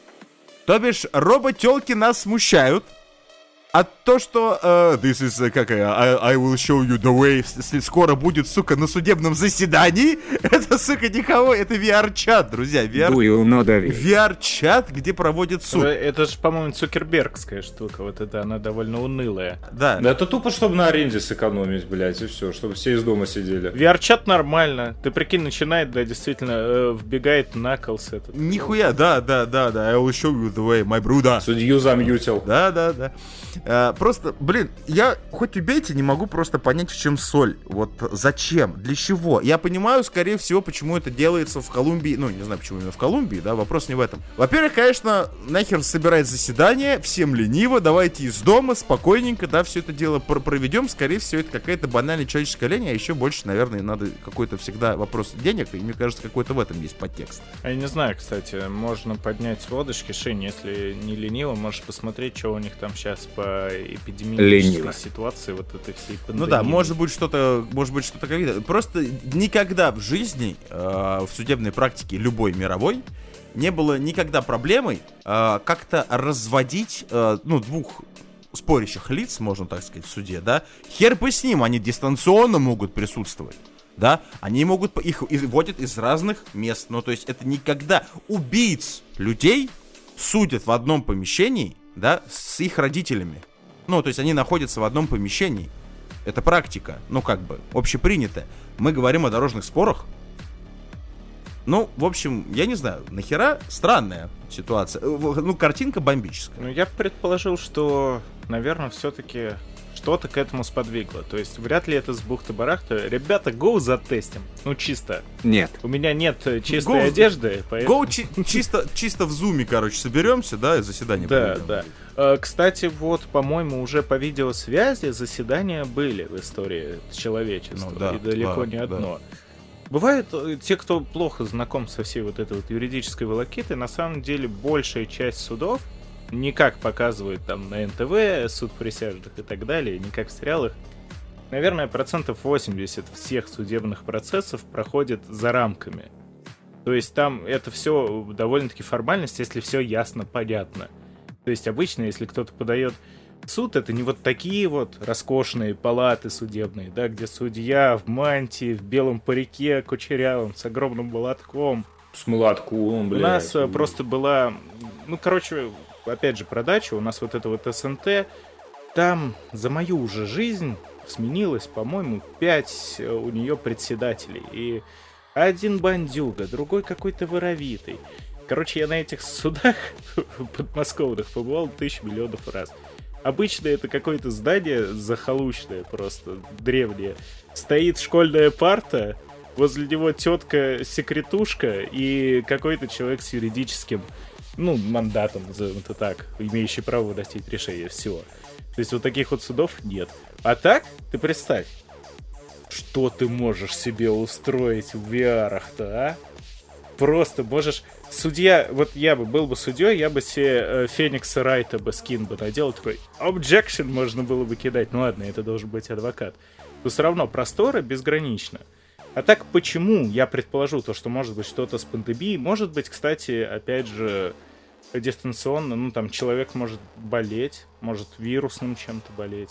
То бишь, робот-тёлки нас смущают. А то, что uh, this is, как I, I will show you the way, скоро будет, сука, на судебном заседании, это, сука, никого, это ви ар-чат, друзья, ви ар... ви ар-чат, где проводит суд. Это, это же, по-моему, цукербергская штука, вот это она довольно унылая. Да. Да это тупо, чтобы на аренде сэкономить, блядь, и все, чтобы все из дома сидели. ви ар-чат нормально, ты прикинь, начинает, да, действительно, э, вбегает Наклс этот. Нихуя, да, да, да, да, I will show you the way, my brother. Судью замьютил. Да, да, да. Uh, просто, блин, я хоть убейте, не могу просто понять, в чем соль. Вот зачем, для чего. Я понимаю, скорее всего, почему это делается в Колумбии. Ну, не знаю, почему именно в Колумбии, да, вопрос не в этом. Во-первых, конечно, нахер собирать заседание, всем лениво, давайте из дома, спокойненько, да, все это дело проведем. Скорее всего, это какая-то банальная человеческая лень, а еще больше, наверное, надо какой-то всегда вопрос денег, и мне кажется, какой-то в этом есть подтекст. А я не знаю, кстати, можно поднять водочки, Шинь, если не лениво, можешь посмотреть, что у них там сейчас по эпидемиологической Лениво. Ситуации, вот этой всей пандемии. Ну да, может быть что-то, может быть что-то ковида. Просто никогда в жизни, э, в судебной практике любой мировой, не было никогда проблемой э, как-то разводить, э, ну, двух спорящих лиц, можно так сказать, в суде, да. Хер бы с ним, они дистанционно могут присутствовать. Да, они могут, их вводят из разных мест. Ну, то есть это никогда убийц людей судят в одном помещении, да, с их родителями. Ну, то есть они находятся в одном помещении. Это практика, ну, как бы, общепринятая. Мы говорим о дорожных спорах. Ну, в общем, я не знаю, нахера странная ситуация. Ну, картинка бомбическая. Ну, я предположил, что, наверное, все-таки что-то к этому сподвигло. То есть, вряд ли это с бухты-барахта. Ребята, гоу затестим. Ну, чисто. Нет. У меня нет чистой Go, одежды, поэтому... Гоу чи- чисто, чисто в зуме, короче, соберемся, да, и заседание Да, проведем. да. А, кстати, вот, по-моему, уже по видеосвязи заседания были в истории человечества. Ну, да, и далеко да, не одно. да. Бывает, те, кто плохо знаком со всей вот этой вот юридической волокитой, на самом деле большая часть судов, не как показывают там на эн тэ вэ, суд присяжных и так далее, не как в сериалах, наверное, процентов восемьдесят всех судебных процессов проходит за рамками. То есть там это все довольно-таки формальность, если все ясно, понятно. То есть обычно, если кто-то подает в суд, это не вот такие вот роскошные палаты судебные, да, где судья в мантии, в белом парике, кучерявом, с огромным молотком. С молотком, блядь. У нас блядь. просто была, ну, короче, опять же, про дачу, у нас вот это вот СНТ, там за мою уже жизнь сменилось, по-моему, пять у нее председателей. И один бандюга, другой какой-то воровитый. Короче, я на этих судах подмосковных побывал тысячу миллионов раз. Обычно это какое-то здание захолущное просто, древнее. Стоит школьная парта, возле него тетка-секретушка и какой-то человек с юридическим, ну, мандатом, назовем это так, имеющий право выносить решение, всего. То есть вот таких вот судов нет. А так, ты представь, что ты можешь себе устроить в ви ар-ах-то, а? Просто можешь... Судья... Вот я бы был бы судьей, я бы себе э, Феникса Райта бы скин бы надел, такой objection можно было бы кидать. Ну ладно, это должен быть адвокат. Но все равно простора безгранично. А так почему я предположу то, что может быть что-то с пандемией? Может быть, кстати, опять же, дистанционно. Ну там человек может болеть, может вирусным чем-то болеть.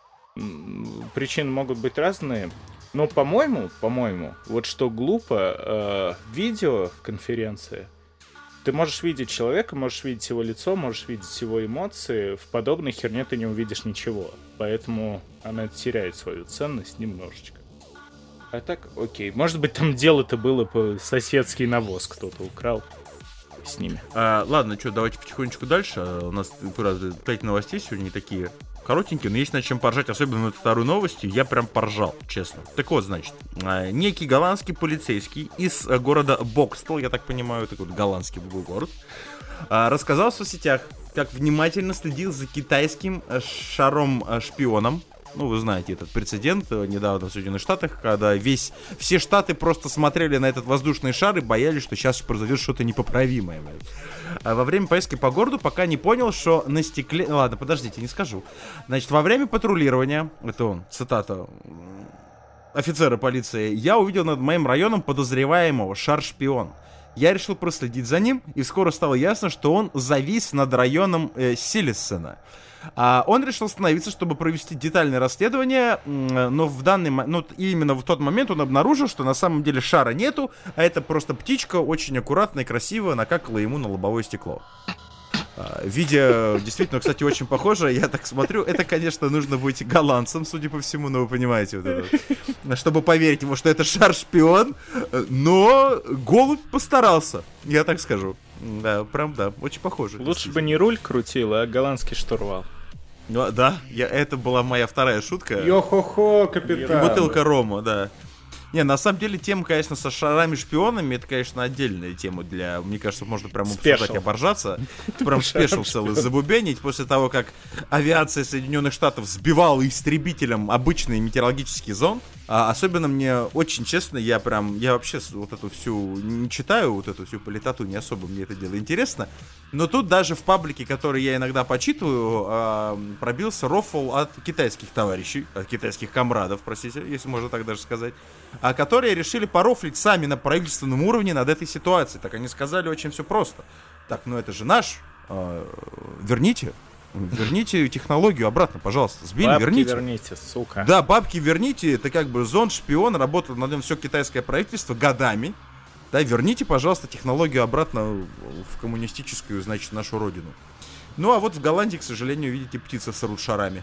Причины могут быть разные. Но, по-моему, по-моему, вот что глупо, э, видеоконференция, ты можешь видеть человека, можешь видеть его лицо, можешь видеть его эмоции, в подобной херне ты не увидишь ничего, поэтому она теряет свою ценность немножечко. А так, окей, может быть, там дело-то было по соседский навоз кто-то украл с ними. А, ладно, что, давайте потихонечку дальше, у нас, правда, пять новостей сегодня не такие... коротенький, но есть над чем поржать, особенно на второй новости, я прям поржал, честно. Так вот, значит, некий голландский полицейский из города Бокстел, я так понимаю, такой вот голландский город, рассказал в соцсетях, как внимательно следил за китайским шаром-шпионом. Ну, вы знаете этот прецедент недавно в Соединенных Штатах, когда весь, все штаты просто смотрели на этот воздушный шар и боялись, что сейчас произойдет что-то непоправимое. А во время поездки по городу пока не понял, что на стекле... Ладно, подождите, не скажу. Значит, во время патрулирования, это он, цитата офицера полиции, я увидел над моим районом подозреваемого шар-шпион. Я решил проследить за ним, и скоро стало ясно, что он завис над районом э, Силиссена. А он решил остановиться, чтобы провести детальное расследование, но в данный момент, ну, именно в тот момент он обнаружил, что на самом деле шара нету, а это просто птичка очень аккуратно и красиво накакала ему на лобовое стекло. Видео действительно, кстати, очень похоже. Я так смотрю, это, конечно, нужно быть голландцем, судя по всему, но вы понимаете, вот это, чтобы поверить ему, что это шар-шпион, но голубь постарался, я так скажу. Да, прям, да, очень похоже. Лучше бы не руль крутил, а голландский штурвал. Ну, да, я, это была моя вторая шутка. Йо-хо-хо, капитан. Бутылка рома, да. Не, на самом деле, тема, конечно, со шарами-шпионами, это, конечно, отдельная тема для... Мне кажется, можно прям обсуждать и оборжаться. Прям спешл целый забубенить после того, как авиация Соединенных Штатов сбивала истребителем обычный метеорологический зонд. А особенно мне, очень честно, я прям... Я вообще вот эту всю... Не читаю вот эту всю политоту, не особо мне это дело интересно. Но тут даже в паблике, который я иногда почитываю, пробился рофл от китайских товарищей, от китайских комрадов, простите, если можно так даже сказать, а которые решили порофлить сами на правительственном уровне над этой ситуацией. Так они сказали очень все просто. Так, ну это же наш, э, верните, верните технологию обратно, пожалуйста. Сбили, бабки верните. верните, сука. Да, бабки верните, это как бы зонд, шпион, работало над ним все китайское правительство годами. Да, верните, пожалуйста, технологию обратно в коммунистическую, значит, нашу родину. Ну, а вот в Голландии, к сожалению, видите, птицы срут шарами.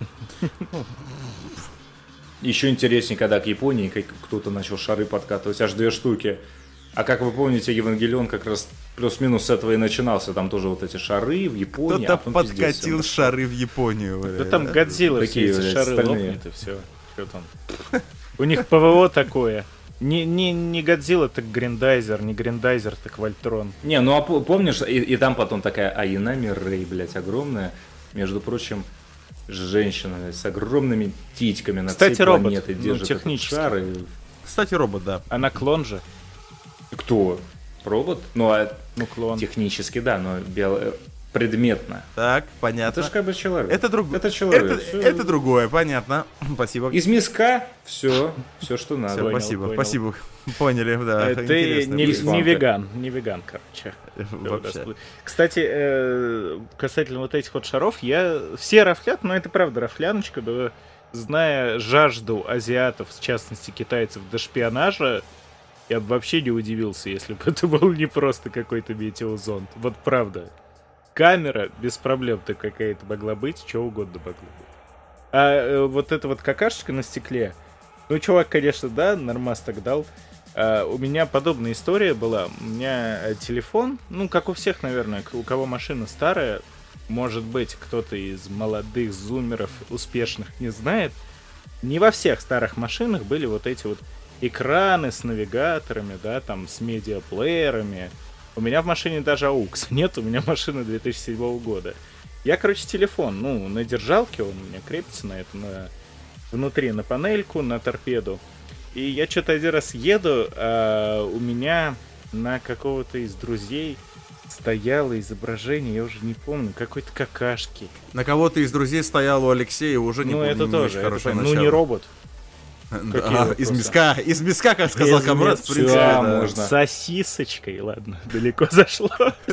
Еще интереснее, когда к Японии кто-то начал шары подкатывать, аж две штуки. А как вы помните, Евангелион как раз плюс-минус с этого и начинался. Там тоже вот эти шары в Японии. Кто-то а подкатил пиздец, шары в Японию. Да, да там Годзилла, все эти шары лопнет и все. Что там? У них ПВО такое. Не, не, не Годзилла, так Гриндайзер, не Гриндайзер, так Вольтрон. Не, ну а помнишь, и, и там потом такая Аянами Рэй, блядь, огромная. Между прочим, женщина с огромными титьками на всей планеты робот, держит ну, технически. шар. И... Кстати, робот, да. Она клон же. Кто? Робот? Ну, а ну, клон. Технически, да, но био... предметно. Так, понятно. Это же как бы человек. Это, друг... это человек. Это, Всё. это другое, понятно. Спасибо. Из миска все, все, что надо. Всё, Понял, спасибо, понял. спасибо. Поняли, да. Ты интересно. не, Из не фанка. веган, не веган, короче. Вообще. Кстати, э, касательно вот этих вот шаров, я все рафлят, но это правда рафляночка, да, зная жажду азиатов, в частности китайцев, до шпионажа, я бы вообще не удивился, если бы это был не просто какой-то метеозонд. Вот правда. Камера без проблем-то какая-то могла быть, что угодно могло быть. А э, вот эта вот какашечка на стекле, ну, чувак, конечно, да, нормас так дал. А, у меня подобная история была. У меня э, телефон, ну, как у всех, наверное, у кого машина старая, может быть, кто-то из молодых зумеров успешных не знает, не во всех старых машинах были вот эти вот экраны с навигаторами, да, там, с медиаплеерами. У меня в машине даже аукс нет, у меня машина две тысячи седьмого года. Я, короче, телефон, ну, на держалке, он у меня крепится на это, на... внутри на панельку, на торпеду. И я что-то один раз еду, а у меня на какого-то из друзей стояло изображение, я уже не помню, какой-то какашки. На кого-то из друзей стоял у Алексея, уже не Ну, помню, это не тоже, очень это хорошее понятно. Ну, начало. не робот. Да, Какие из вопросы? миска, из миска, как сказал Из Камрад, в миска, принципе, да, да. можно. С сосисочкой, ладно, далеко зашло.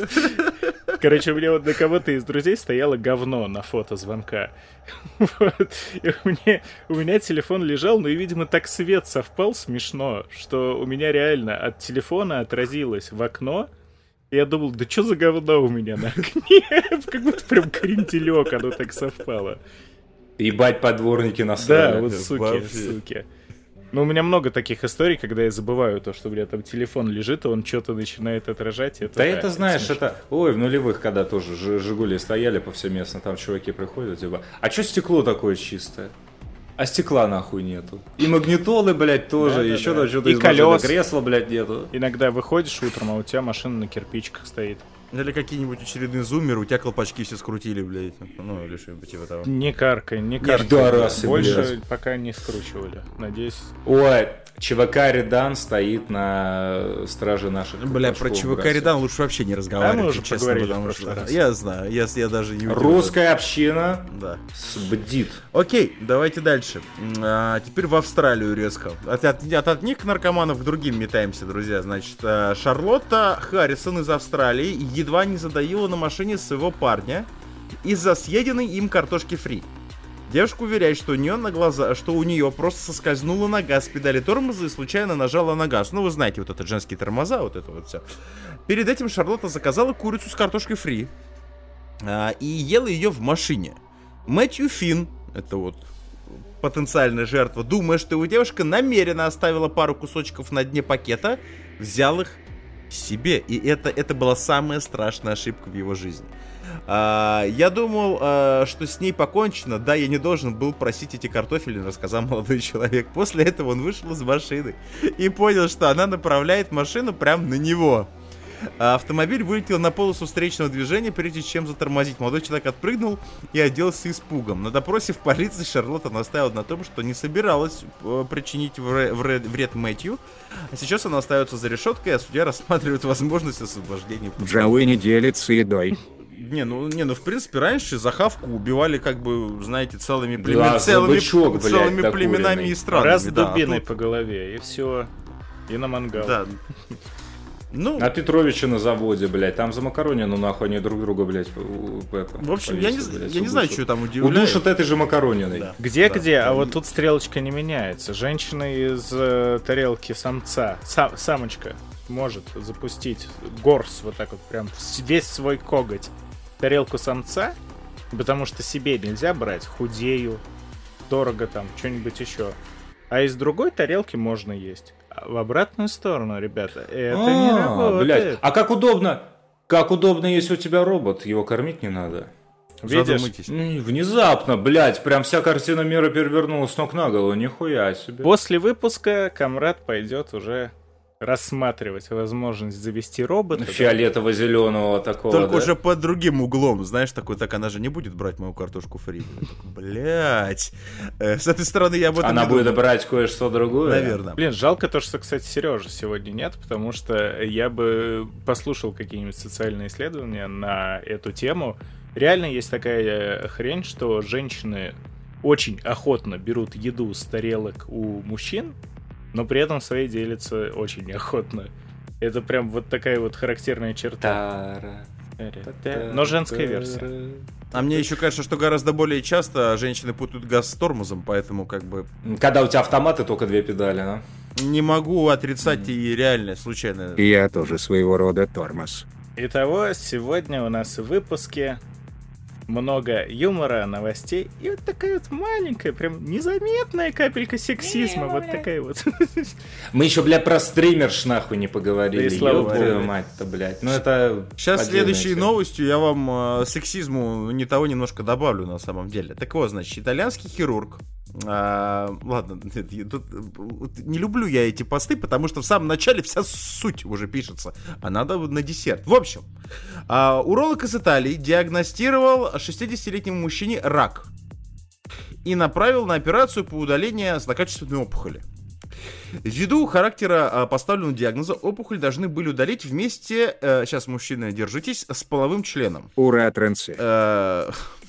Короче, у меня вот на кого-то из друзей стояло говно на фото звонка. Вот. И у меня, у меня телефон лежал, ну и, видимо, так свет совпал смешно, что у меня реально от телефона отразилось в окно. И я думал, да что за говно у меня на окне? Как будто прям кренделек, оно так совпало. Ебать, подворники насрали. Да, вот суки, вообще. суки. Ну, у меня много таких историй, когда я забываю то, что у меня там телефон лежит, и он что-то начинает отражать. Это, Да это, знаешь, смешно. это... Ой, в нулевых, когда тоже Ж- Жигули стояли повсеместно, там чуваки приходят, типа, а чё стекло такое чистое? А стекла нахуй нету. И магнитолы, блядь, тоже, Да-да-да. еще там что-то И из машины, колес. кресла, блядь, нету. Иногда выходишь утром, а у тебя машина на кирпичиках стоит. Или какие-нибудь очередные зумеры, у тебя колпачки все скрутили, блядь. Ну, или что-нибудь типа того. Не каркай, не каркай. пидорасы, Больше блядь. пока не скручивали. Надеюсь. Ой, ЧВК Редан стоит на страже наших Бля, про колпачков, ЧВК братья. Редан лучше вообще не разговаривать, А мы уже честно, поговорили потому в что... прошлый раз. Я знаю, я, я даже не... Русская община Да. бдит. Окей, давайте дальше. М, а, теперь в Австралию резко. От, от, от одних наркоманов к другим метаемся, друзья. Значит, а, Шарлотта Харрисон из Австралии едва не задавила на машине своего парня из-за съеденной им картошки фри. Девушка уверяет, что у нее на глаза, что у нее просто соскользнула нога с педали тормоза и случайно нажала на газ. Ну, вы знаете, вот это женские тормоза, вот это вот все. Перед этим Шарлотта заказала курицу с картошкой фри а, и ела ее в машине. Мэтью Финн, это вот потенциальная жертва, думая, что его девушка намеренно оставила пару кусочков на дне пакета, взял их себе. И это, это была самая страшная ошибка в его жизни. А, я думал, а, что с ней покончено. Да, я не должен был просить эти картофелины, рассказал молодой человек. После этого он вышел из машины и понял, что она направляет машину прямо на него. А автомобиль вылетел на полосу встречного движения, прежде чем затормозить. Молодой человек отпрыгнул и оделся испугом. На допросе в полиции Шарлотта настаивала на том, что не собиралась э, причинить вре- вре- вред Мэтью. А сейчас она остается за решеткой, а судья рассматривает возможность освобождения. Джоуи не делится едой. Не, ну, не, ну в принципе раньше за хавку убивали, как бы, знаете, целыми, Да, племен- за целыми, бычок, блядь, целыми докуренный. племенами и странами. Раз да, а дубиной тут- по голове, и все. И на мангал. Да. Ну, А Петровича на заводе, блядь, там замакаронено, нахуй, они друг друга, блядь, у- у- это, в общем, я не, повесят, блядь, я не знаю, удушат. что там удивляет. Удушат этой же макарониной. Да. Где-где, Да. а вот тут стрелочка не меняется. Женщина из э, тарелки самца, са- самочка, может запустить горс вот так вот, прям в- весь свой коготь в тарелку самца, потому что себе нельзя брать, худею, дорого там, что-нибудь еще. А из другой тарелки можно есть. А в обратную сторону, ребята, это не А, работает. блядь, а как удобно, как удобно, если у тебя робот, его кормить не надо. Видишь? Задумайтесь. М, Внезапно, блядь, прям вся картина мира перевернулась с ног на голову, нихуя себе. После выпуска Камрад пойдет уже рассматривать возможность завести робота. Фиолетово-зеленого такого, Только да? уже под другим углом, знаешь, такой, так она же не будет брать мою картошку фри. Блять. С этой стороны я об этом Она не будет думал. брать кое-что другое? Наверное. Блин, жалко то, что, кстати, Сережи сегодня нет, потому что я бы послушал какие-нибудь социальные исследования на эту тему. Реально есть такая хрень, что женщины очень охотно берут еду с тарелок у мужчин, но при этом своей делятся очень неохотно. Это прям вот такая вот характерная черта. Но женская версия. А мне еще кажется, что гораздо более часто женщины путают газ с тормозом, поэтому как бы Когда у тебя автоматы только две педали, да? не могу отрицать и реально, случайно. Я тоже своего рода тормоз. Итого, сегодня у нас в выпуске много юмора, новостей и вот такая вот маленькая, прям незаметная капелька сексизма. Вот такая вот. Мы еще, блядь, про стримерш нахуй не поговорили. Да и слава Ёб твою богу. мать-то, блядь. Ну это... Сейчас отдельная следующей тема. новостью я вам э, сексизму не того немножко добавлю на самом деле. Так вот, значит, итальянский хирург. А, ладно, нет, я тут, вот не люблю я эти посты, потому что в самом начале вся суть уже пишется, а надо на десерт. В общем, а, уролог из Италии диагностировал шестидесятилетнему мужчине рак и направил на операцию по удалению злокачественной опухоли. Ввиду характера а, поставленного диагноза, опухоль должны были удалить вместе, э, сейчас, мужчины, держитесь, с половым членом. Ура, тренцы. Э,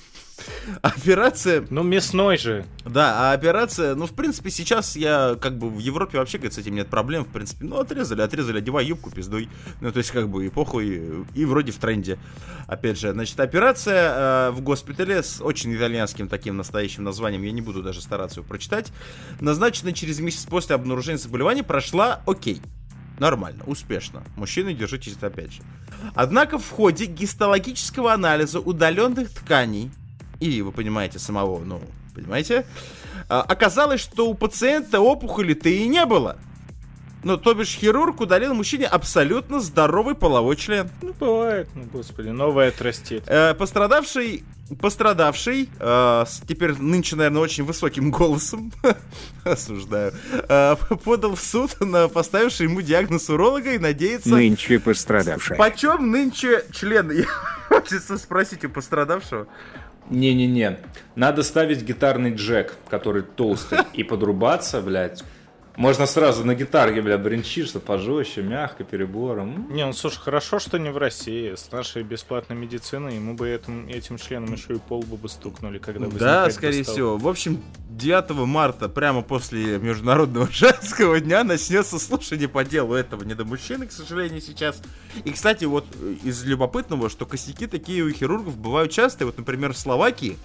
Операция... Ну, мясной же. Да, а операция, ну, в принципе, сейчас я, как бы, в Европе вообще, говорит, с этим нет проблем, в принципе, ну, отрезали, отрезали, одевай юбку, пиздуй, ну, то есть, как бы, и похуй, и вроде в тренде. Опять же, значит, операция э, в госпитале с очень итальянским таким настоящим названием, я не буду даже стараться его прочитать, назначена через месяц после обнаружения заболевания, прошла окей. Нормально, успешно. Мужчины, держитесь опять же. Однако в ходе гистологического анализа удаленных тканей, и вы понимаете самого, ну, понимаете, оказалось, что у пациента опухоли-то и не было. Ну, то бишь, хирург удалил мужчине абсолютно здоровый половой член. Ну, бывает, ну, господи, новое отрастет. Э, пострадавший, пострадавший, э, с, теперь нынче, наверное, очень высоким голосом, осуждаю, э, подал в суд на поставивший ему диагноз уролога и надеется... Нынче пострадавшая. Почем нынче член? Я хочется спросить у пострадавшего. Не-не-не. Надо ставить гитарный джек, который толстый, и подрубаться, блядь. Можно сразу на гитарке, блядь, бренчить, что пожестче, мягко, перебором. Не, ну слушай, хорошо, что не в России. С нашей бесплатной медициной ему бы этим, этим членом еще и полбу бы стукнули, когда бы Да, скорее всего. В общем, девятого марта, прямо после Международного женского дня, начнется слушание по делу этого недомужчины, к сожалению, сейчас. И, кстати, вот из любопытного, что косяки такие у хирургов бывают часто. Вот, например, в Словакии,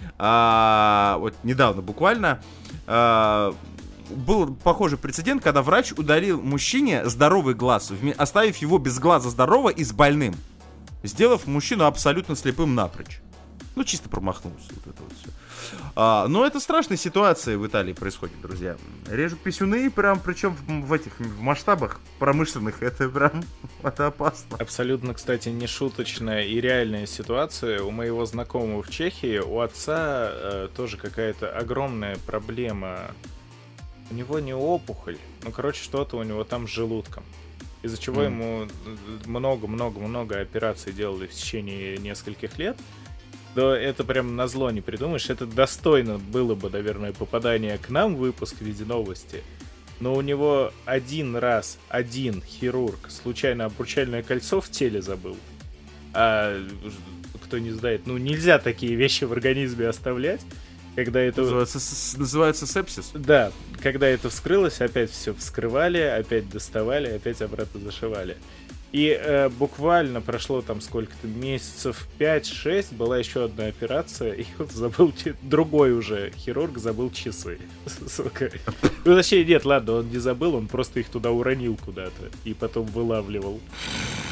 а, вот недавно буквально, а, был похожий прецедент, когда врач удалил мужчине здоровый глаз, оставив его без глаза здорового и с больным, сделав мужчину абсолютно слепым напрочь. Ну, чисто промахнулся вот это вот все. А, но это страшная ситуация в Италии происходит, друзья. Режут писюны, прям, причем в, в этих в масштабах промышленных, это прям, это опасно. Абсолютно, кстати, не шуточная и реальная ситуация. У моего знакомого в Чехии, у отца э, тоже какая-то огромная проблема. У него не опухоль, ну, короче, что-то у него там с желудком. Из-за чего mm. ему много-много-много операций делали в течение нескольких лет. Да это прям назло не придумаешь. Это достойно было бы, наверное, попадание к нам в выпуск в виде новости. Но у него один раз один хирург случайно обручальное кольцо в теле забыл. А кто не знает, ну нельзя такие вещи в организме оставлять. Когда это... Называется, с, называется сепсис? Да, когда это вскрылось, опять все вскрывали, опять доставали, опять обратно зашивали. И э, буквально прошло там сколько-то месяцев пять-шесть, была еще одна операция, и он забыл, другой уже хирург забыл часы. Сука. Ну, точнее, нет, ладно, он не забыл, он просто их туда уронил куда-то и потом вылавливал.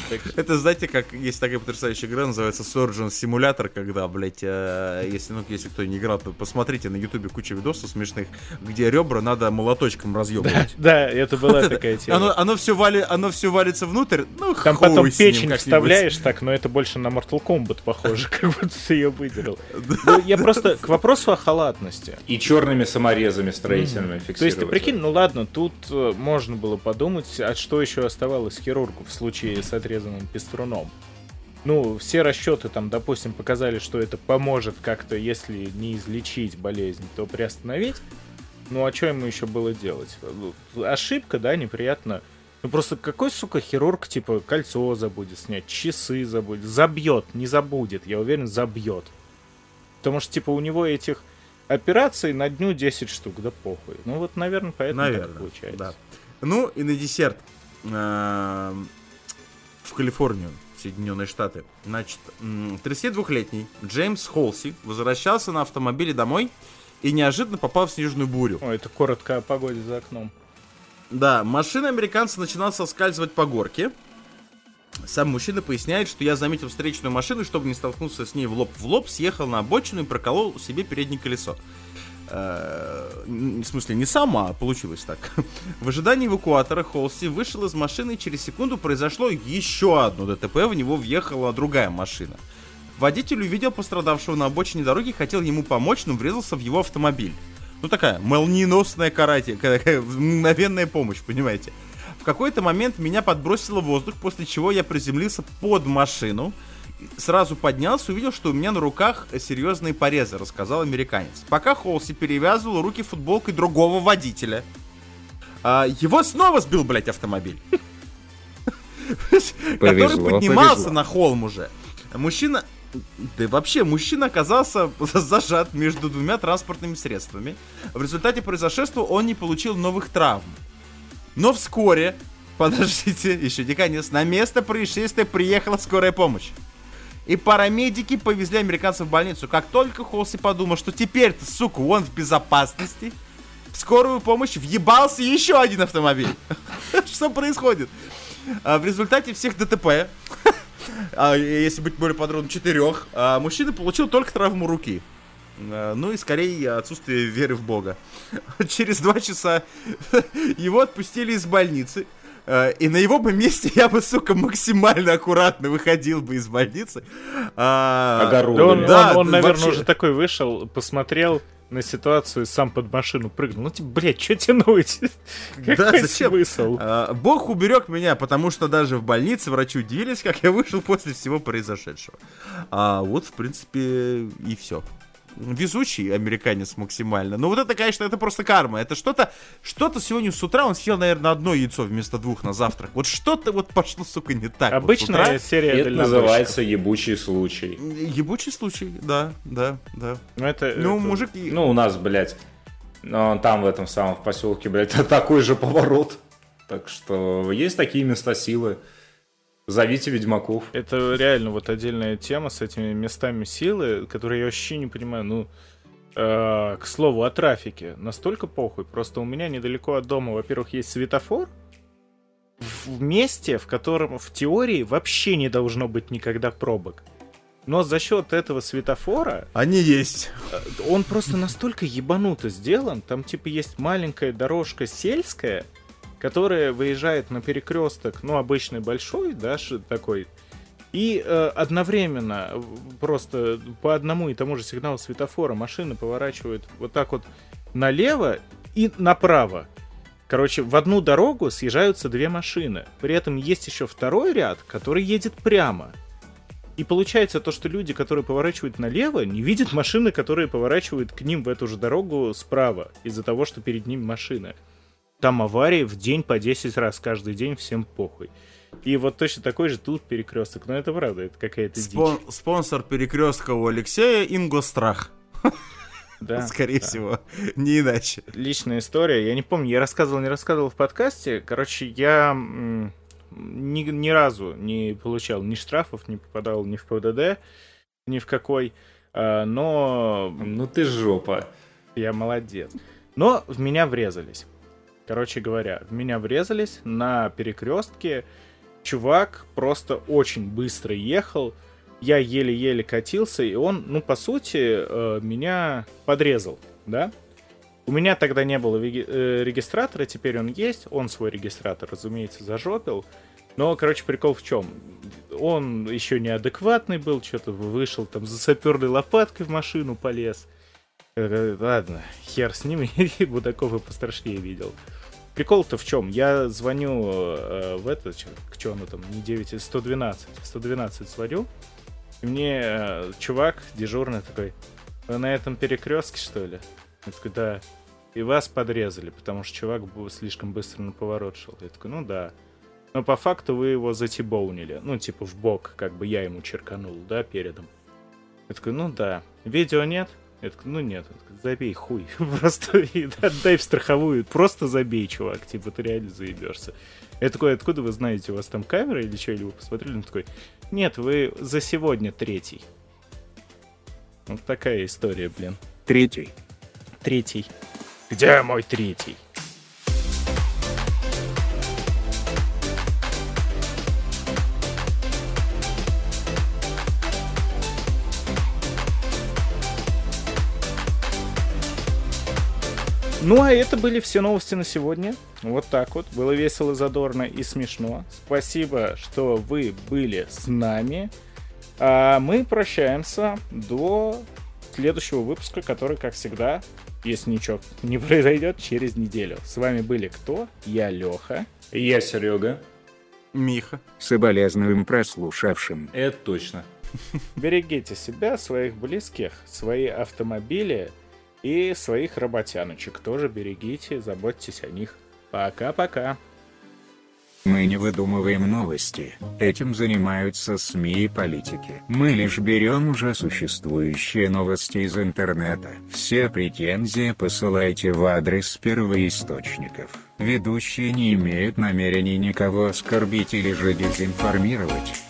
Это, знаете, как есть такая потрясающая игра, называется Surgeon Simulator, когда, блядь, э, если, ну, если кто не играл, то посмотрите на ютубе куча видосов смешных, где ребра надо молоточком разъебывать. Да, это была такая тема. Оно, оно, все вали, оно все валится внутрь, ну там хуй потом с ним печень как-нибудь. вставляешь так, но это больше на Mortal Kombat похоже, как будто ты ее выделил. Ну, я просто к вопросу о халатности. И черными саморезами строительными фиксировать. То есть ты прикинь, ну ладно, тут э, можно было подумать, а что еще оставалось хирургу в случае с отрезанным пеструном. Ну, все расчеты там, допустим, показали, что это поможет как-то, если не излечить болезнь, то приостановить. Ну, а что ему еще было делать? Ошибка, да, неприятно. Ну, просто какой, сука, хирург, типа, кольцо забудет снять, часы забудет, забьет, не забудет, я уверен, забьет. Потому что, типа, у него этих операций на дню десять штук, да похуй. Ну, вот, наверное, поэтому наверное, так получается. Да. Ну, и на десерт. В Калифорнию, Соединенные Штаты. Значит, тридцатидвухлетний Джеймс Холси возвращался на автомобиле домой и неожиданно попал в снежную бурю. Ой, это коротко о погоде за окном. Да, машина американца начинала соскальзывать по горке. Сам мужчина поясняет, что я заметил встречную машину, чтобы не столкнуться с ней в лоб в лоб, съехал на обочину и проколол себе переднее колесо. В смысле, не сам, а получилось так. В ожидании эвакуатора Холси вышел из машины, и через секунду произошло еще одно ДТП, в него въехала другая машина. Водитель увидел пострадавшего на обочине дороги, хотел ему помочь, но врезался в его автомобиль. Ну такая молниеносная карате, мгновенная помощь, понимаете. В какой-то момент меня подбросило в воздух, после чего я приземлился под машину. Сразу поднялся, увидел, что у меня на руках серьезные порезы, рассказал американец. Пока Холси перевязывал руки футболкой другого водителя, его снова сбил, блядь, автомобиль. Который поднимался на холм уже. Мужчина... Да и вообще, мужчина оказался зажат между двумя транспортными средствами. В результате произошествия он не получил новых травм. Но вскоре, подождите, еще не конец, на место происшествия приехала скорая помощь. И парамедики повезли американца в больницу. Как только Холси подумал, что теперь-то, сука, он в безопасности, в скорую помощь въебался еще один автомобиль. Что происходит? В результате всех ДТП, если быть более подробным, четырех, мужчина получил только травму руки. Ну и скорее отсутствие веры в Бога. Через два часа его отпустили из больницы. И на его бы месте я бы, сука, максимально аккуратно выходил бы из больницы. Огородами. Да он, да, он, он наверное, вообще... уже такой вышел, посмотрел на ситуацию и сам под машину прыгнул. Ну, типа, блядь, что тянуть? Да, Какой зачем? смысл? А, Бог уберег меня, потому что даже в больнице врачи удивились, как я вышел после всего произошедшего. А вот, в принципе, и все. Везучий американец максимально. Но вот это, конечно, это просто карма. Это что-то, что-то сегодня с утра он съел, наверное, одно яйцо вместо двух на завтрак. Вот что-то вот пошло, сука, не так. Обычная вот серия Это дальнобойщиков. называется ебучий случай. Ебучий случай, да, да, да. Ну, это, Ну, это... мужик... Ну, у нас, блядь, ну, там в этом самом в поселке, блядь, такой же поворот. Так что есть такие места силы. Зовите ведьмаков. Это реально вот отдельная тема с этими местами силы, которые я вообще не понимаю. Ну, э, к слову, о трафике. Настолько похуй. Просто у меня недалеко от дома, во-первых, есть светофор в месте, в котором в теории вообще не должно быть никогда пробок. Но за счет этого светофора... Они есть. Он просто настолько ебануто сделан. Там типа есть маленькая дорожка сельская, которая выезжает на перекресток, ну, обычный большой, да, такой, и э, одновременно просто по одному и тому же сигналу светофора машины поворачивают вот так вот налево и направо. Короче, в одну дорогу съезжаются две машины. При этом есть еще второй ряд, который едет прямо. И получается то, что люди, которые поворачивают налево, не видят машины, которые поворачивают к ним в эту же дорогу справа, из-за того, что перед ними машины. Там аварии в день по десять раз, каждый день, всем похуй. И вот точно такой же тут перекресток. Но это правда, это какая-то Спон- дичь. Спонсор перекрестка у Алексея Ингострах. Да, Скорее да. всего, не иначе. Личная история. Я не помню, я рассказывал, не рассказывал в подкасте. Короче, я м- ни, ни разу не получал ни штрафов, не попадал ни в ПДД, ни в какой. А, но... Ну ты жопа. Я молодец. Но в меня врезались. Короче говоря, в меня врезались на перекрестке. чувак просто очень быстро ехал, я еле-еле катился, и он, ну, по сути, э, меня подрезал, да? У меня тогда не было веги- э, регистратора, теперь он есть, он свой регистратор, разумеется, зажопил. Но, короче, прикол в чем? Он еще неадекватный был, что-то вышел там за саперной лопаткой в машину полез. Э, ладно, хер с ними, Будаков и пострашнее видел. Прикол-то в чем? Я звоню э, в это, чё, к чему оно там, не девять, сто двенадцать. сто двенадцать звоню, и мне э, чувак дежурный такой: вы на этом перекрестке, что ли? Я такой: да. И вас подрезали, потому что чувак был слишком быстро на поворот шел. Я такой: ну да. Но по факту вы его затибоунили. Ну, типа в бок, как бы я ему черканул, да, передом. Я такой: ну да. Видео нет? Я такой: ну нет. Я такой: забей хуй. Просто отдай в страховую. Просто забей, чувак. Типа ты реально заебешься. Я такой: откуда вы знаете, у вас там камера или что? Или вы посмотрели? Он такой: нет, вы за сегодня третий. Вот такая история, блин. Третий. Третий. Где мой третий? Ну, а это были все новости на сегодня. Вот так вот. Было весело, задорно и смешно. Спасибо, что вы были с нами. А мы прощаемся до следующего выпуска, который, как всегда, если ничего не произойдет, через неделю. С вами были кто? Я Леха. Я Серега. Миха. Соболезнуем прослушавшим. Это точно. Берегите себя, своих близких, свои автомобили и своих работяночек. Тоже берегите, заботьтесь о них. Пока-пока. Мы не выдумываем новости. Этим занимаются СМИ и политики. Мы лишь берем уже существующие новости из интернета. Все претензии посылайте в адрес первоисточников. Ведущие не имеют намерений никого оскорбить или же дезинформировать.